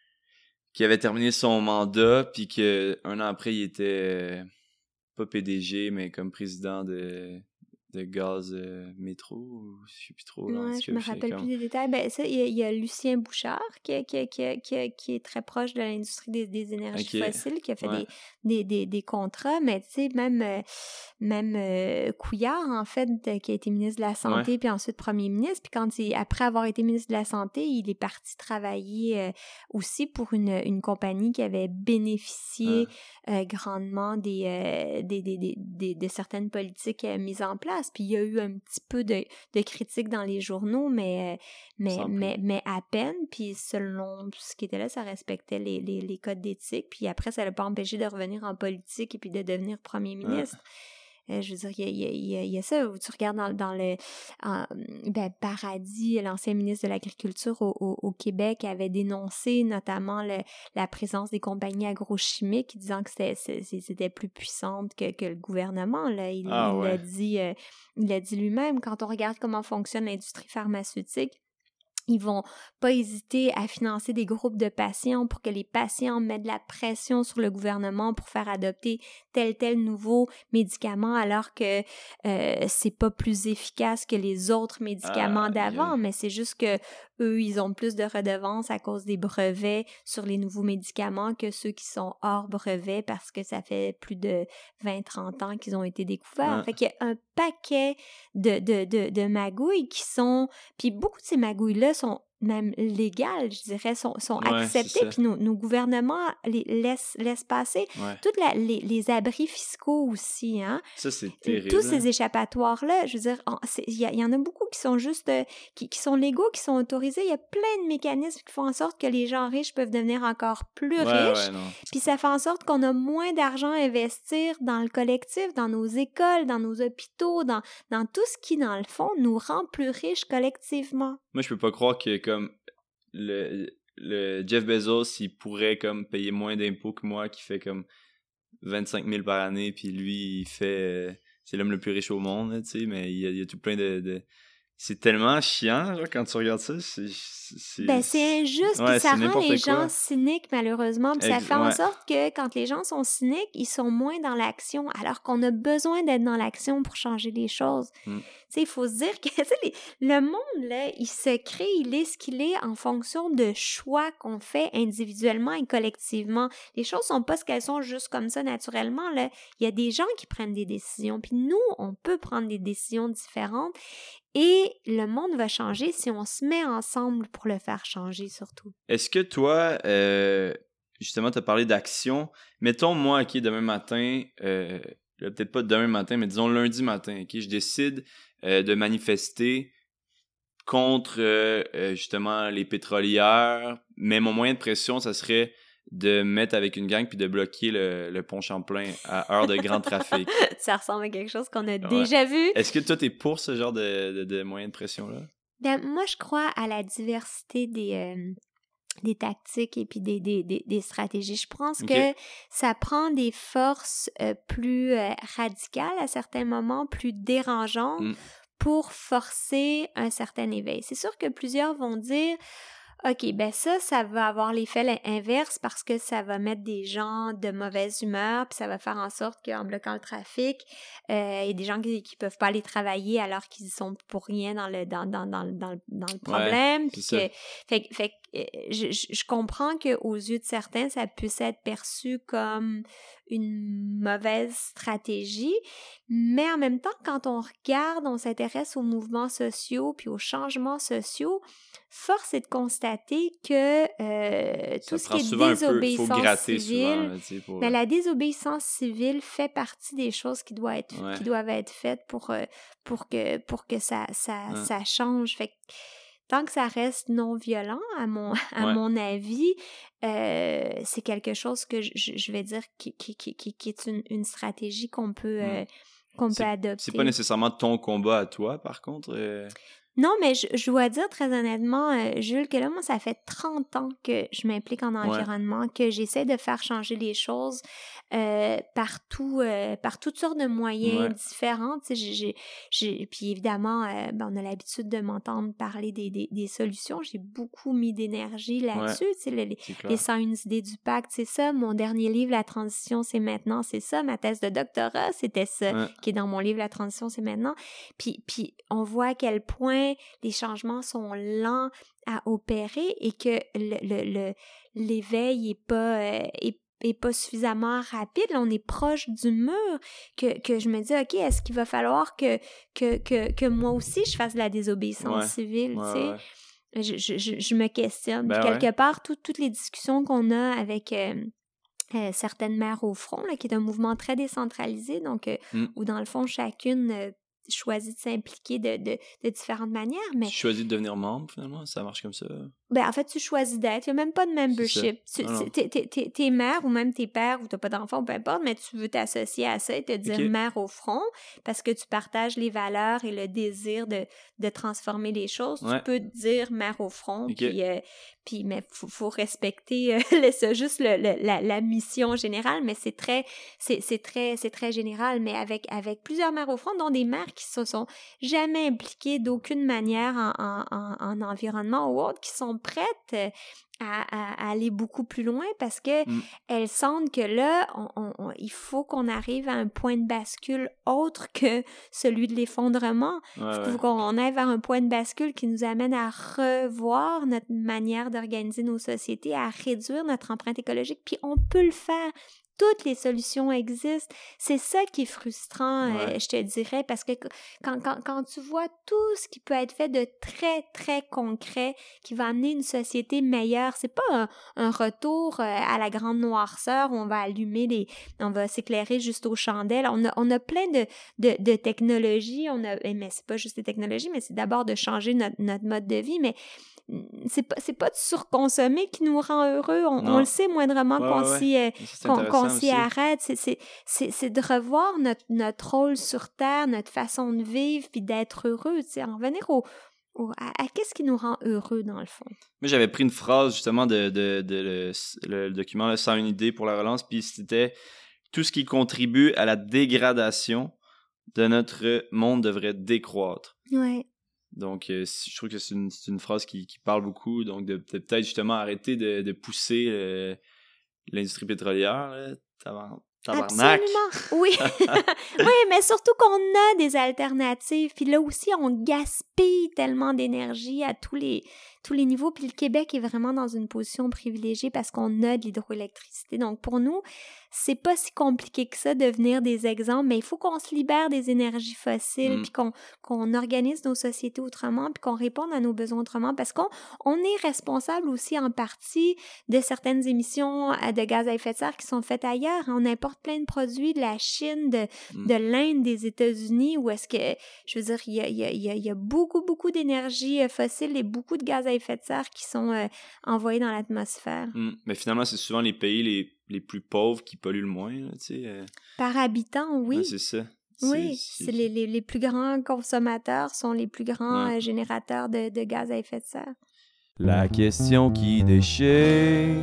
qui avait terminé son mandat, puis qu'un an après, il était... Euh, pas P D G, mais comme président de, de Gaz euh, Métro, je sais plus trop. Là, ouais, je me rappelle comme... plus des détails. Ben, ça, il y, y a Lucien Bouchard qui, qui, qui, qui, qui est très proche de l'industrie des, des énergies okay. fossiles, qui a fait ouais. des, des, des, des contrats, mais tu sais, même, euh, même euh, Couillard, en fait, qui a été ministre de la Santé, ouais. puis ensuite premier ministre, puis quand il, après avoir été ministre de la Santé, il est parti travailler euh, aussi pour une, une compagnie qui avait bénéficié ouais. euh, grandement des, euh, des, des, des, des, de certaines politiques euh, mises en place. efficace. Puis il y a eu un petit peu de, de critiques dans les journaux, mais, mais, mais, mais à peine. Puis selon ce qui était là, ça respectait les, les, les codes d'éthique. Puis après, ça l'a pas empêché de revenir en politique et puis de devenir premier ministre. Ouais. Euh, je veux dire, il y a, y a, y a ça, où tu regardes dans, dans le... Euh, ben, Paradis, l'ancien ministre de l'Agriculture au, au, au Québec, avait dénoncé notamment le, la présence des compagnies agrochimiques, disant que c'était, c'était plus puissante que, que le gouvernement. Là. Il, ah, il ouais. l'a dit, euh, il l'a dit lui-même. Quand on regarde comment fonctionne l'industrie pharmaceutique, ils vont pas hésiter à financer des groupes de patients pour que les patients mettent de la pression sur le gouvernement pour faire adopter tel tel nouveau médicament alors que euh, c'est pas plus efficace que les autres médicaments ah, d'avant, yeah. mais c'est juste que eux, ils ont plus de redevances à cause des brevets sur les nouveaux médicaments que ceux qui sont hors brevet parce que ça fait plus de vingt à trente ans qu'ils ont été découverts. Ah. Fait qu'il y a un paquet de, de, de, de magouilles qui sont... Puis beaucoup de ces magouilles-là sont même légales, je dirais, sont, sont ouais, acceptées, puis nos, nos gouvernements les laissent, laissent passer. Ouais. Toutes la, les, les abris fiscaux aussi, hein. Ça, c'est terrible. Tous ces échappatoires-là, je veux dire, il y, y en a beaucoup qui sont juste, euh, qui, qui sont légaux, qui sont autorisés. Il y a plein de mécanismes qui font en sorte que les gens riches peuvent devenir encore plus ouais, riches. Ouais, puis ça fait en sorte qu'on a moins d'argent à investir dans le collectif, dans nos écoles, dans nos hôpitaux, dans, dans tout ce qui, dans le fond, nous rend plus riches collectivement. Moi, je peux pas croire que, comme, le, le Jeff Bezos, il pourrait, comme, payer moins d'impôts que moi, qui fait, comme, vingt-cinq mille par année, puis lui, il fait... C'est l'homme le plus riche au monde, tu sais, mais il y, a, il y a tout plein de... de... C'est tellement chiant, genre, quand tu regardes ça. C'est, c'est... Ben, c'est injuste, ouais, puis ça rend les quoi. gens cyniques, malheureusement. Puis ça fait en ouais. sorte que quand les gens sont cyniques, ils sont moins dans l'action, alors qu'on a besoin d'être dans l'action pour changer les choses. Mm. Tu sais, il faut se dire que les, le monde, là, il se crée, il est ce qu'il est en fonction de choix qu'on fait individuellement et collectivement. Les choses sont pas ce qu'elles sont juste comme ça, naturellement, là. Il y a des gens qui prennent des décisions, puis nous, on peut prendre des décisions différentes. Et le monde va changer si on se met ensemble pour le faire changer, surtout. Est-ce que toi, euh, justement, tu as parlé d'action. Mettons, moi, OK, demain matin, euh, peut-être pas demain matin, mais disons lundi matin, OK, je décide euh, de manifester contre, euh, justement, les pétrolières, mais mon moyen de pression, ça serait de me mettre avec une gang puis de bloquer le, le pont Champlain à heure de grand trafic. Ça ressemble à quelque chose qu'on a ouais. déjà vu. Est-ce que toi, t'es pour ce genre de, de, de moyens de pression-là? Ben, moi, je crois à la diversité des, euh, des tactiques et puis des, des, des, des stratégies. Je pense okay. que ça prend des forces euh, plus euh, radicales à certains moments, plus dérangeantes mm. pour forcer un certain éveil. C'est sûr que plusieurs vont dire... OK, ben ça, ça va avoir l'effet inverse parce que ça va mettre des gens de mauvaise humeur, puis ça va faire en sorte qu'en bloquant le trafic, euh, il y a des gens qui qui peuvent pas aller travailler alors qu'ils sont pour rien dans le dans dans dans dans, dans le problème. Ouais, puis que fait fait je, je comprends que aux yeux de certains, ça puisse être perçu comme une mauvaise stratégie, mais en même temps, quand on regarde, on s'intéresse aux mouvements sociaux puis aux changements sociaux, force est de constater que euh, tout ce qui est désobéissance civile, souvent, pour... ben, la désobéissance civile fait partie des choses qui doivent être, ouais. qui doivent être faites pour, euh, pour que, pour que ça, ça, ouais. ça change. Fait que, tant que ça reste non violent, à mon, à ouais. mon avis, euh, c'est quelque chose que je, je vais dire qui, qui, qui, qui est une, une stratégie qu'on peut, euh, qu'on peut adopter. C'est pas nécessairement ton combat à toi, par contre. Euh... Non, mais je, je dois dire très honnêtement, euh, Jules, que là, moi, ça fait trente ans que je m'implique en environnement, ouais. que j'essaie de faire changer les choses euh, partout, euh, par toutes sortes de moyens ouais. différents. Tu sais, j'ai, j'ai, j'ai, puis évidemment, euh, ben, on a l'habitude de m'entendre parler des, des, des solutions. J'ai beaucoup mis d'énergie là-dessus. Ouais. Tu sais, les, les cent une idées du pacte, c'est ça. Mon dernier livre, La transition, c'est maintenant, c'est ça. Ma thèse de doctorat, c'était ça, ouais. qui est dans mon livre, La transition, c'est maintenant. Puis, puis on voit à quel point les changements sont lents à opérer et que le, le, le, l'éveil est pas, euh, est, est pas suffisamment rapide. Là, on est proche du mur que, que je me dis, OK, est-ce qu'il va falloir que, que, que, que moi aussi je fasse de la désobéissance ouais. civile, ouais, tu sais? Ouais. Je, je, je, je me questionne. Ben quelque ouais. part, tout, toutes les discussions qu'on a avec... Euh, Euh, certaines mères au front, là, qui est un mouvement très décentralisé, donc euh, mm. où dans le fond, chacune euh, choisi de s'impliquer de, de, de différentes manières. Mais tu choisis de devenir membre, finalement? Ça marche comme ça? Ben, en fait, tu choisis d'être. Il n'y a même pas de membership. Tu, ah t'es, t'es, t'es, t'es mère ou même tes pères ou tu n'as pas d'enfant, peu importe, mais tu veux t'associer à ça et te dire okay. mère au front parce que tu partages les valeurs et le désir de, de transformer les choses. Ouais. Tu peux te dire mère au front. Okay. Puis, euh, puis, mais il faut, faut respecter euh, ça, juste le, le, la, la mission générale, mais c'est très, c'est, c'est très, c'est très général. Mais avec, avec plusieurs mères au front, dont des mères qui se sont jamais impliquées d'aucune manière en, en, en, en environnement ou autre, qui sont prêtes à, à, à aller beaucoup plus loin parce que mm. elles sentent que là, on, on, on, il faut qu'on arrive à un point de bascule autre que celui de l'effondrement. Il ouais, faut ouais. qu'on aille vers un point de bascule qui nous amène à revoir notre manière d'organiser nos sociétés, à réduire notre empreinte écologique, puis on peut le faire. Toutes les solutions existent. C'est ça qui est frustrant, ouais. euh, je te dirais, parce que quand, quand, quand tu vois tout ce qui peut être fait de très, très concret, qui va amener une société meilleure, c'est pas un, un retour euh, à la grande noirceur où on va allumer les... on va s'éclairer juste aux chandelles. On a, on a plein de, de, de technologies, on a, mais c'est pas juste des technologies, mais c'est d'abord de changer notre, notre mode de vie, mais c'est pas, c'est pas de surconsommer qui nous rend heureux. On, on le sait moindrement ouais, qu'on, ouais. s'y, euh, qu'on, qu'on s'y arrête. C'est, c'est, c'est, c'est de revoir notre, notre rôle sur Terre, notre façon de vivre, puis d'être heureux. Tu sais, en revenir au, au, à, à qu'est-ce qui nous rend heureux, dans le fond. Moi, j'avais pris une phrase, justement, de, de, de, de le, le document là, cent une idées pour la relance, puis c'était « Tout ce qui contribue à la dégradation de notre monde devrait décroître. » Ouais. Donc, euh, je trouve que c'est une, c'est une phrase qui, qui parle beaucoup. Donc, de, de peut-être justement arrêter de, de pousser euh, l'industrie pétrolière. Là, tabarnak. Absolument, oui. Oui, mais surtout qu'on a des alternatives. Puis là aussi, on gaspille tellement d'énergie à tous les, tous les niveaux. Puis le Québec est vraiment dans une position privilégiée parce qu'on a de l'hydroélectricité. Donc, pour nous, c'est pas si compliqué que ça de devenir des exemples, mais il faut qu'on se libère des énergies fossiles, mm. puis qu'on, qu'on organise nos sociétés autrement, puis qu'on réponde à nos besoins autrement, parce qu'on on est responsable aussi en partie de certaines émissions de gaz à effet de serre qui sont faites ailleurs. On importe plein de produits de la Chine, de, mm. de l'Inde, des États-Unis, où est-ce que, je veux dire, il y a, il y a, il y a, il y a beaucoup, beaucoup d'énergie fossile et beaucoup de gaz à effet de serre qui sont euh, envoyés dans l'atmosphère. Mm. Mais finalement, c'est souvent les pays les les plus pauvres qui polluent le moins, tu sais. Euh... Par habitant, oui. Ouais, c'est ça. Oui, c'est, c'est les, les, les plus grands consommateurs sont les plus grands ouais. euh, générateurs de, de gaz à effet de serre. La question qui déchire.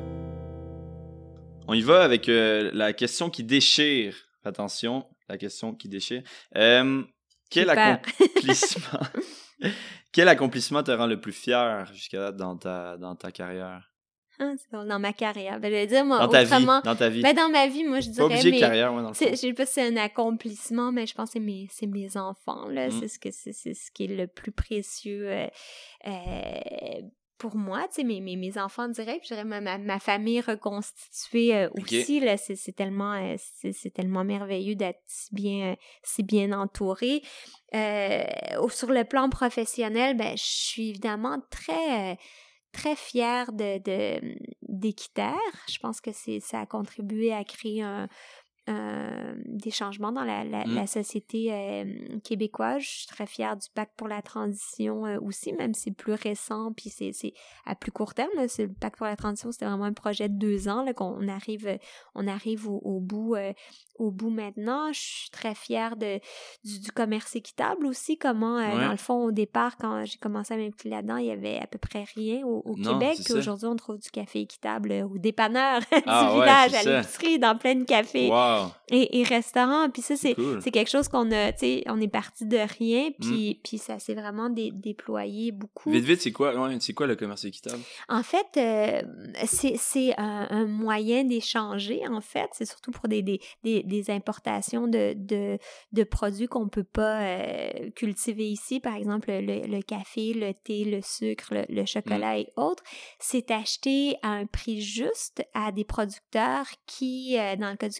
On y va avec euh, la question qui déchire. Attention, la question qui déchire. Euh, quel Super. accomplissement quel accomplissement te rend le plus fier jusqu'à date dans ta, dans ta carrière? Ah, c'est bon, dans ma carrière. Ben, je vais dire, moi, dans ta autrement... vie, dans ta vie. Ben, dans ma vie, moi, je dirais... Pas obligé mais... carrière, moi, dans le fond. Je sais pas si c'est un accomplissement, mais je pense que c'est mes, c'est mes enfants, là. Mm. C'est, ce que, c'est, c'est ce qui est le plus précieux euh, euh, pour moi, tu sais, mes, mes, mes enfants directs, puis je dirais ma, ma, ma famille reconstituée euh, aussi, okay. là, c'est, c'est, tellement, euh, c'est, c'est tellement merveilleux d'être si bien, euh, si bien entourée. Euh, sur le plan professionnel, ben, je suis évidemment très... Euh, très fière de, de, d'Équiterre. Je pense que c'est, ça a contribué à créer un, un, des changements dans la, la, mm. la société euh, québécoise. Je suis très fière du Pacte pour la transition euh, aussi, même si c'est plus récent, puis c'est, c'est à plus court terme. Là, c'est, le Pacte pour la transition, c'était vraiment un projet de deux ans là, qu'on arrive, on arrive au, au bout euh, au bout maintenant. Je suis très fière de, du, du commerce équitable aussi, comment, euh, ouais. dans le fond, au départ, quand j'ai commencé à m'impliquer là-dedans, il y avait à peu près rien au, au non, Québec, puis ça. Aujourd'hui, on trouve du café équitable au dépanneur ah, du village, ouais, à l'épicerie, dans plein de cafés wow. et, et restaurants, puis ça, c'est, c'est, cool. c'est quelque chose qu'on a, tu sais, on est parti de rien, puis, mm. puis ça s'est vraiment dé, déployé beaucoup. Vite, vite, c'est quoi, ouais, c'est quoi le commerce équitable? En fait, euh, c'est, c'est un, un moyen d'échanger, en fait, c'est surtout pour des, des, des des importations de, de, de produits qu'on ne peut pas euh, cultiver ici, par exemple le, le café, le thé, le sucre, le, le chocolat mm. et autres, c'est acheté à un prix juste à des producteurs qui, euh, dans le cas du café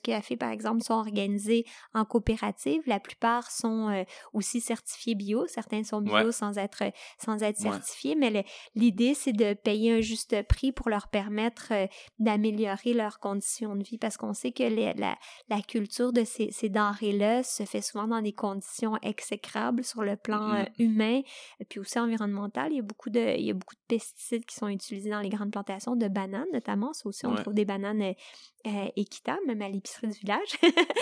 par exemple, sont organisés en coopérative. La plupart sont euh, aussi certifiés bio. Certains sont bio Ouais. sans être, sans être Ouais. certifiés, mais le, l'idée, c'est de payer un juste prix pour leur permettre euh, d'améliorer leurs conditions de vie, parce qu'on sait que les, la, la culture de ces, ces denrées-là se fait souvent dans des conditions exécrables sur le plan Mm-hmm. euh, humain, puis aussi environnemental. Il y a beaucoup de, il y a beaucoup de pesticides qui sont utilisés dans les grandes plantations de bananes, notamment. Ça aussi, on Ouais. trouve des bananes euh, euh, équitables, même à l'épicerie du village.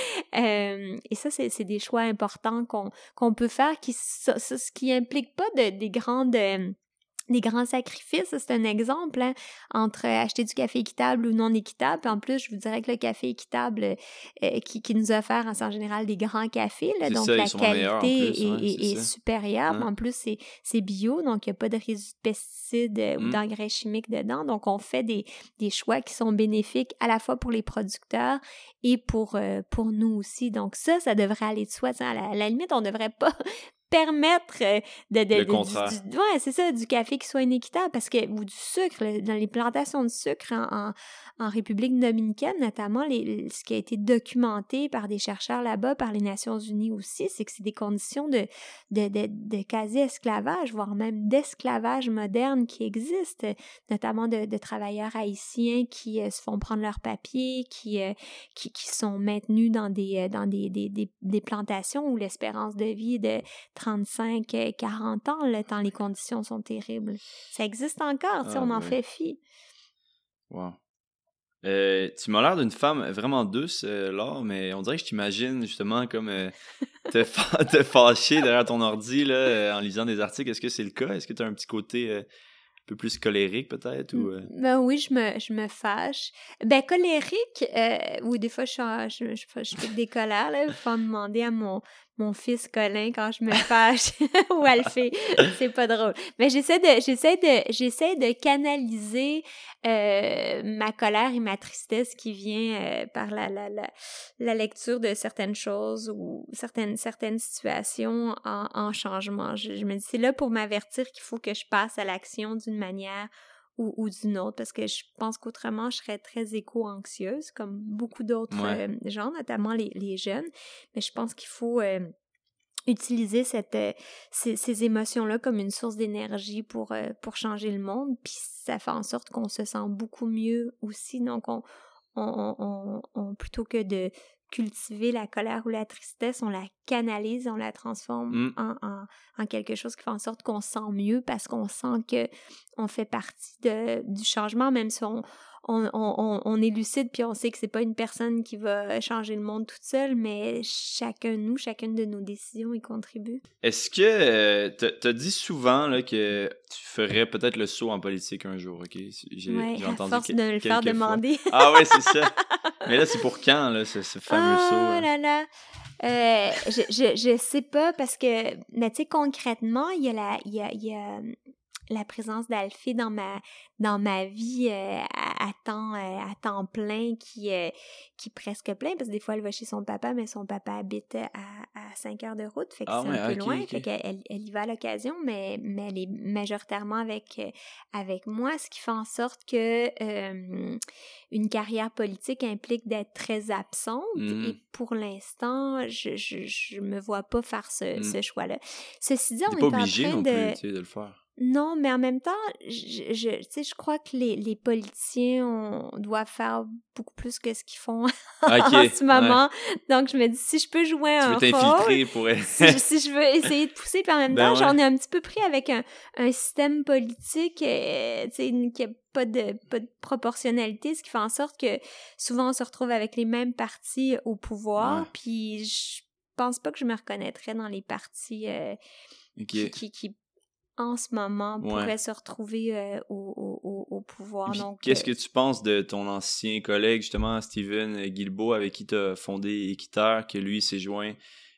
euh, et ça, c'est, c'est des choix importants qu'on, qu'on peut faire, qui, ça, ça, ce qui implique pas de, des grandes... Euh, des grands sacrifices, c'est un exemple hein, entre acheter du café équitable ou non équitable. Puis en plus, je vous dirais que le café équitable euh, qui, qui nous offre, c'est en général des grands cafés, là, C'est donc ça, la ils sont qualité meilleurs en plus, est, ouais, est, c'est est ça. supérieure. Hein? En plus, c'est, c'est bio, donc il n'y a pas de résidus de pesticides euh, ou Mm. d'engrais chimiques dedans. Donc, on fait des, des choix qui sont bénéfiques à la fois pour les producteurs et pour, euh, pour nous aussi. Donc ça, ça devrait aller de soi. À la, à la limite, on ne devrait pas permettre de, de, le de contraire. du, du, ouais, c'est ça, du café qui soit inéquitable, parce que, ou du sucre, là, dans les plantations de sucre en, en, en République dominicaine, notamment, les, ce qui a été documenté par des chercheurs là-bas, par les Nations unies aussi, c'est que c'est des conditions de, de, de, de quasi-esclavage, voire même d'esclavage moderne qui existent, notamment de, de travailleurs haïtiens qui euh, se font prendre leurs papiers, qui, euh, qui, qui sont maintenus dans des, dans des, des, des, des plantations où l'espérance de vie de trente-cinq à quarante ans, là, tant les conditions sont terribles. Ça existe encore, tu sais, Ah, on en ouais. fait fi. Wow. Euh, tu m'as l'air d'une femme vraiment douce, euh, Laure, mais on dirait que je t'imagine justement comme euh, te, fa- te fâcher derrière ton ordi là, euh, en lisant des articles. Est-ce que c'est le cas? Est-ce que tu as un petit côté euh, un peu plus colérique peut-être? Ou, euh... Ben oui, je me, je me fâche. Ben colérique, euh, oui, des fois je, suis en- je, je, je pique des colères, là. Il faut en demander à mon, mon fils Colin quand je me fâche ou Alphée. C'est pas drôle. Mais j'essaie de, j'essaie de, j'essaie de canaliser euh, ma colère et ma tristesse qui vient euh, par la, la, la, la lecture de certaines choses ou certaines, certaines situations en, en changement. Je, je me dis, c'est là pour m'avertir qu'il faut que je passe à l'action d'une manière ou, ou d'une autre, parce que je pense qu'autrement, je serais très éco-anxieuse, comme beaucoup d'autres Ouais. euh, gens, notamment les, les jeunes. Mais je pense qu'il faut euh, utiliser cette, euh, ces, ces émotions-là comme une source d'énergie pour, euh, pour changer le monde, puis ça fait en sorte qu'on se sent beaucoup mieux aussi. Donc, on, on, on, on plutôt que de cultiver la colère ou la tristesse, on la canalise, on la transforme Mm. en, en, en quelque chose qui fait en sorte qu'on se sent mieux parce qu'on sent que on fait partie de, du changement, même si on, on, on, on est lucide puis on sait que c'est pas une personne qui va changer le monde toute seule, mais chacun de nous, chacune de nos décisions y contribue. Est-ce que euh, t'as, t'as dit souvent là, que tu ferais peut-être le saut en politique un jour, ok? J'ai, Ouais, j'ai à entendu force que- de me le faire quelques fois. demander. Ah ouais, c'est ça. Mais là, c'est pour quand, là, ce, ce fameux oh saut? Hein? là là! Euh, je, je, je sais pas parce que, mais tu sais, concrètement, il y a la, il y a, il y a la présence d'Alphée dans ma, dans ma vie euh, à, à temps, euh, à temps plein qui, euh, qui est presque plein parce que des fois, elle va chez son papa, mais son papa habite à, à cinq heures de route, fait que Ah c'est ouais, un peu ok, loin, ok. fait qu'elle elle, elle y va à l'occasion, mais, mais elle est majoritairement avec, euh, avec moi, ce qui fait en sorte que euh, une carrière politique implique d'être très absente Mm. et pour l'instant, je, je, je me vois pas faire ce, Mm. ce choix-là. Ceci dit, on T'es est pas en obligé train non de... plus, tu sais, de le faire. Non, mais en même temps, je, je, tu sais, je crois que les, les politiciens on, doivent faire beaucoup plus que ce qu'ils font Ok, en ce moment. ouais. Donc, je me dis, si je peux jouer Tu un veux rôle, t'infiltrer pour... si, je, si je veux essayer de pousser, puis en même Ben temps, ouais. j'en ai un petit peu pris avec un, un système politique euh, tu sais, qui a pas de, pas de proportionnalité, ce qui fait en sorte que souvent, on se retrouve avec les mêmes partis au pouvoir, Ouais. puis je pense pas que je me reconnaîtrais dans les partis euh, Ok. qui, qui, qui en ce moment, Ouais. pourrait se retrouver euh, au, au, au pouvoir. Puis, Donc, qu'est-ce euh, que tu penses de ton ancien collègue, justement, Steven Guilbeault, avec qui tu as fondé Équiteur, que lui s'est joint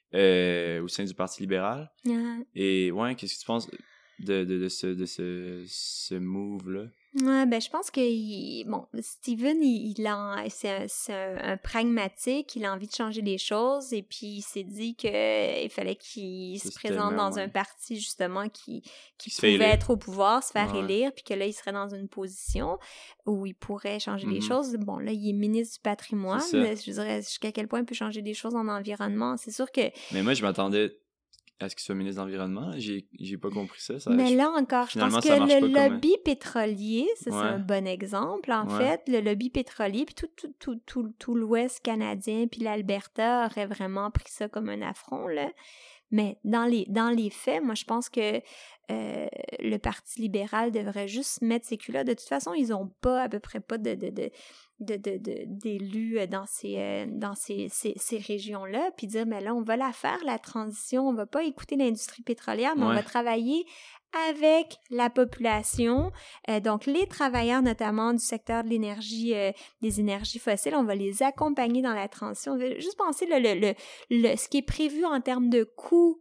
euh, au sein du Parti libéral? ah, Et ouais, qu'est-ce que tu penses de, de, de ce, de ce, ce move-là? Ouais, ben je pense que il- bon, Steven, il, il en, c'est un, c'est un, un pragmatique, il a envie de changer les choses et puis il s'est dit que euh, il fallait qu'il Ça, se c'est présente tellement, dans un ouais. parti justement qui, qui Qui se fait pouvait élire. être au pouvoir, se faire Ouais. élire, puis que là il serait dans une position où il pourrait changer les Mhm. choses. Bon, là il est ministre du patrimoine, C'est ça. je dirais jusqu'à quel point il peut changer des choses en environnement. C'est sûr que Mais moi, je m'attendais à ce qu'il soit ministre de l'Environnement. J'ai, j'ai pas compris ça. ça Mais je- là encore, je pense Finalement, que ça marche le pas comme- lobby pétrolier, ça c'est Ouais. un bon exemple, en Ouais. fait, le lobby pétrolier, puis tout, tout, tout, tout, tout l'Ouest canadien, puis l'Alberta aurait vraiment pris ça comme un affront, là. Mais dans les, dans les faits, moi, je pense que euh, le Parti libéral devrait juste mettre ses culottes. De toute façon, ils n'ont pas, à peu près pas de, de, de, de, de, de- d'élus dans ces, euh, dans ces, ces, ces régions-là, puis dire, mais là, on va la faire, la transition, on va pas écouter l'industrie pétrolière, mais on Ouais. va travailler avec la population, euh, donc les travailleurs notamment du secteur de l'énergie, euh, des énergies fossiles, on va les accompagner dans la transition. On va juste penser le, le, le, le, ce qui est prévu en termes de coûts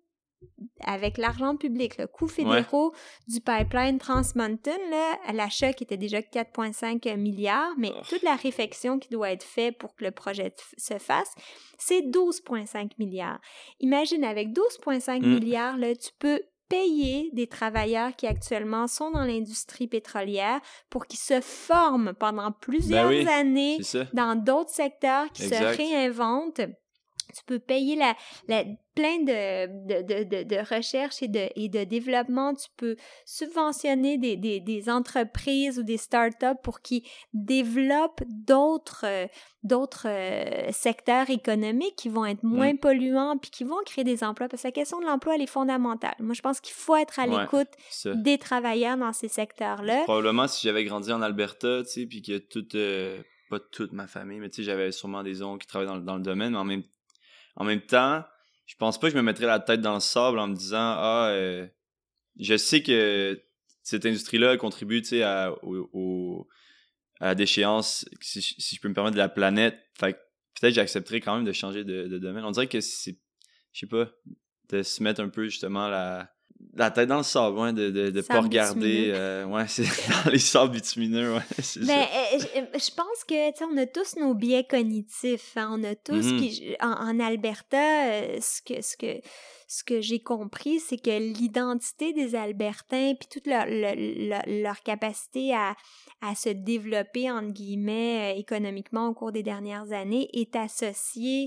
avec l'argent public, le coût fédéraux ouais. du pipeline Trans Mountain, là, à l'achat qui était déjà quatre virgule cinq milliards, mais oh. toute la réflexion qui doit être faite pour que le projet f- se fasse, c'est douze virgule cinq milliards. Imagine, avec douze virgule cinq mm. milliards, là, tu peux payer des travailleurs qui actuellement sont dans l'industrie pétrolière pour qu'ils se forment pendant plusieurs ben oui, années dans d'autres secteurs, qui exact. se réinventent. Tu peux payer la, la, plein de, de, de, de, de recherche et de, et de développement. Tu peux subventionner des, des, des entreprises ou des startups pour qu'ils développent d'autres, euh, d'autres euh, secteurs économiques qui vont être moins mmh. polluants puis qui vont créer des emplois. Parce que la question de l'emploi, elle est fondamentale. Moi, je pense qu'il faut être à ouais, l'écoute ça. des travailleurs dans ces secteurs-là. Probablement, si j'avais grandi en Alberta, tu sais, puis que toute... Euh, pas toute ma famille, mais tu sais, j'avais sûrement des oncles qui travaillaient dans, dans le domaine, mais en même En même temps, je pense pas que je me mettrais la tête dans le sable en me disant ah euh, je sais que cette industrie-là contribue tu sais à, au, au, à la déchéance, si, si je peux me permettre, de la planète. Fait que peut-être j'accepterais quand même de changer de, de domaine. On dirait que c'est, je sais pas, de se mettre un peu justement la la tête dans le sable, ouais, de de, de pas regarder euh, ouais, c'est dans les sables bitumineux, ouais, c'est ben, ça. Euh, je, je pense que tu sais, on a tous nos biais cognitifs, hein, on a tous mm-hmm. puis en, en Alberta euh, ce que ce que ce que j'ai compris, c'est que l'identité des Albertains puis toute leur leur, leur, leur capacité à à se développer entre guillemets euh, économiquement au cours des dernières années est associée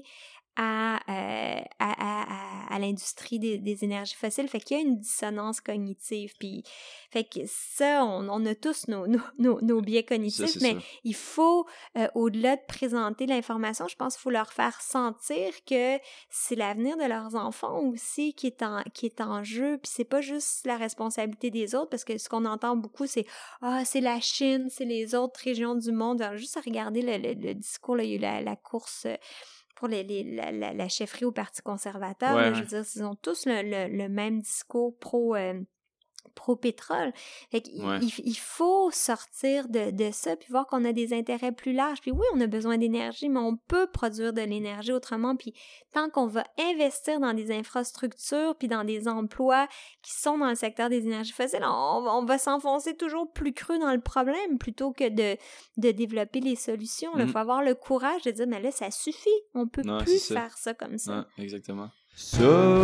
À, euh, à, à, à, à l'industrie des, des énergies fossiles. Fait qu'il y a une dissonance cognitive. Puis, fait que ça, on, on a tous nos, nos, nos, nos biais cognitifs, ça, mais ça. il faut, euh, au-delà de présenter l'information, je pense qu'il faut leur faire sentir que c'est l'avenir de leurs enfants aussi qui est en, qui est en jeu. Puis c'est pas juste la responsabilité des autres, parce que ce qu'on entend beaucoup, c'est « Ah, c'est la Chine, c'est les autres régions du monde. » Alors, juste à regarder le, le, le discours, là, il y a eu la, la course... Euh, pour les, les, la, la, la chefferie au Parti conservateur, ouais, là, je veux dire, ils ont tous le, le, le même discours pro, euh, pro-pétrole. Fait qu'il, ouais. il, il faut sortir de, de ça, puis voir qu'on a des intérêts plus larges. Puis oui, on a besoin d'énergie, mais on peut produire de l'énergie autrement. Puis tant qu'on va investir dans des infrastructures, puis dans des emplois qui sont dans le secteur des énergies fossiles, on, on va s'enfoncer toujours plus creux dans le problème plutôt que de, de développer les solutions. Il mm. faut avoir le courage de dire, mais là, ça suffit. On peut non, plus faire ça. ça comme ça. Non, exactement. Ça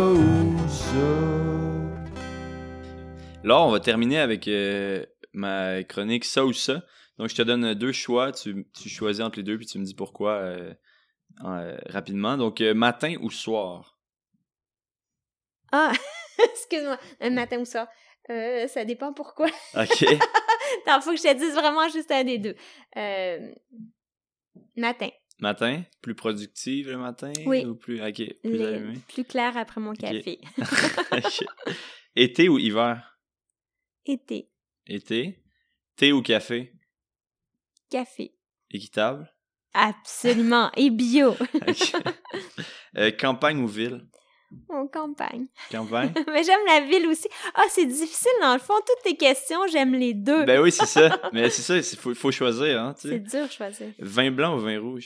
ou ça. Là, on va terminer avec euh, ma chronique « Ça ou ça ». Donc, je te donne deux choix. Tu, tu choisis entre les deux, puis tu me dis pourquoi euh, euh, rapidement. Donc, euh, matin ou soir? Ah, excuse-moi. Un matin ou soir? Euh, ça dépend pourquoi. OK. Il faut que je te dise vraiment juste un des deux. Euh, matin. Matin? Plus productive le matin? Oui. Ou plus, OK, plus les, allumé? Plus clair après mon okay. café. Okay. Été ou hiver? Été. Été. Thé ou café? Café. Équitable? Absolument. Et bio. Okay. Euh, campagne ou ville? Oh, campagne. Campagne? Mais j'aime la ville aussi. Ah, c'est difficile dans le fond. Toutes tes questions, j'aime les deux. Ben oui, c'est ça. Mais c'est ça, il faut, faut choisir. Hein, tu sais. C'est dur de choisir. Vin blanc ou vin rouge?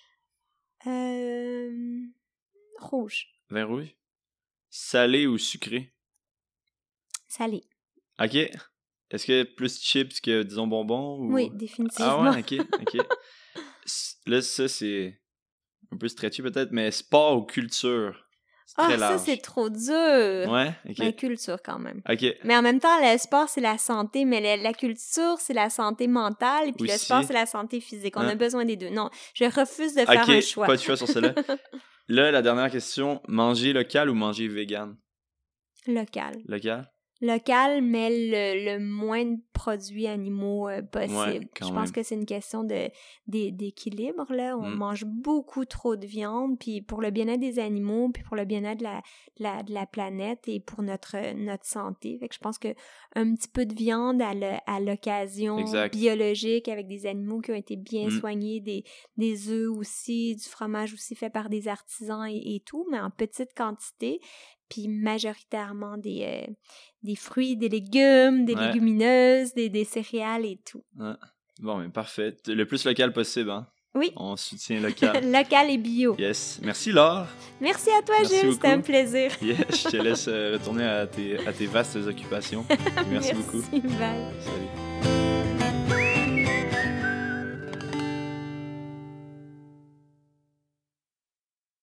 Euh... Rouge. Vin rouge? Salé ou sucré? Salé. OK. Est-ce que plus chips que, disons, bonbons? Ou... Oui, définitivement. Ah ouais, ok, ok. Là, ça, c'est un peu stretchy peut-être, mais sport ou culture? C'est Ah, très ça, large. c'est trop dur. Ouais, ok. La culture, quand même. Ok. Mais en même temps, le sport, c'est la santé, mais la, la culture, c'est la santé mentale, puis le Aussi. sport, c'est la santé physique. On Hein? a besoin des deux. Non, je refuse de faire Ok, un choix. pas de choix sur cela. Là, la dernière question, manger local ou manger vegan? Local. Local? Local, mais le, le moins de produits animaux euh, possible. Ouais, quand je pense même. que c'est une question de, d'é- d'équilibre, là. On Mm. mange beaucoup trop de viande, puis pour le bien-être des animaux, puis pour le bien-être de la, de la, de la planète et pour notre, notre santé. Fait que je pense que un petit peu de viande à, le- à l'occasion, Exact. biologique, avec des animaux qui ont été bien Mm. soignés, des, des œufs aussi, du fromage aussi fait par des artisans et, et tout, mais en petite quantité. Puis majoritairement des, euh, des fruits, des légumes, des Ouais. légumineuses, des, des céréales et tout. Ouais. Bon, mais parfait. Le plus local possible, hein? Oui. On soutient local. Local et bio. Yes. Merci, Laure. Merci à toi, Merci Jules. C'était un beaucoup. plaisir. Yes, je te laisse euh, retourner à tes, à tes vastes occupations. Merci, beaucoup. Bye. Salut.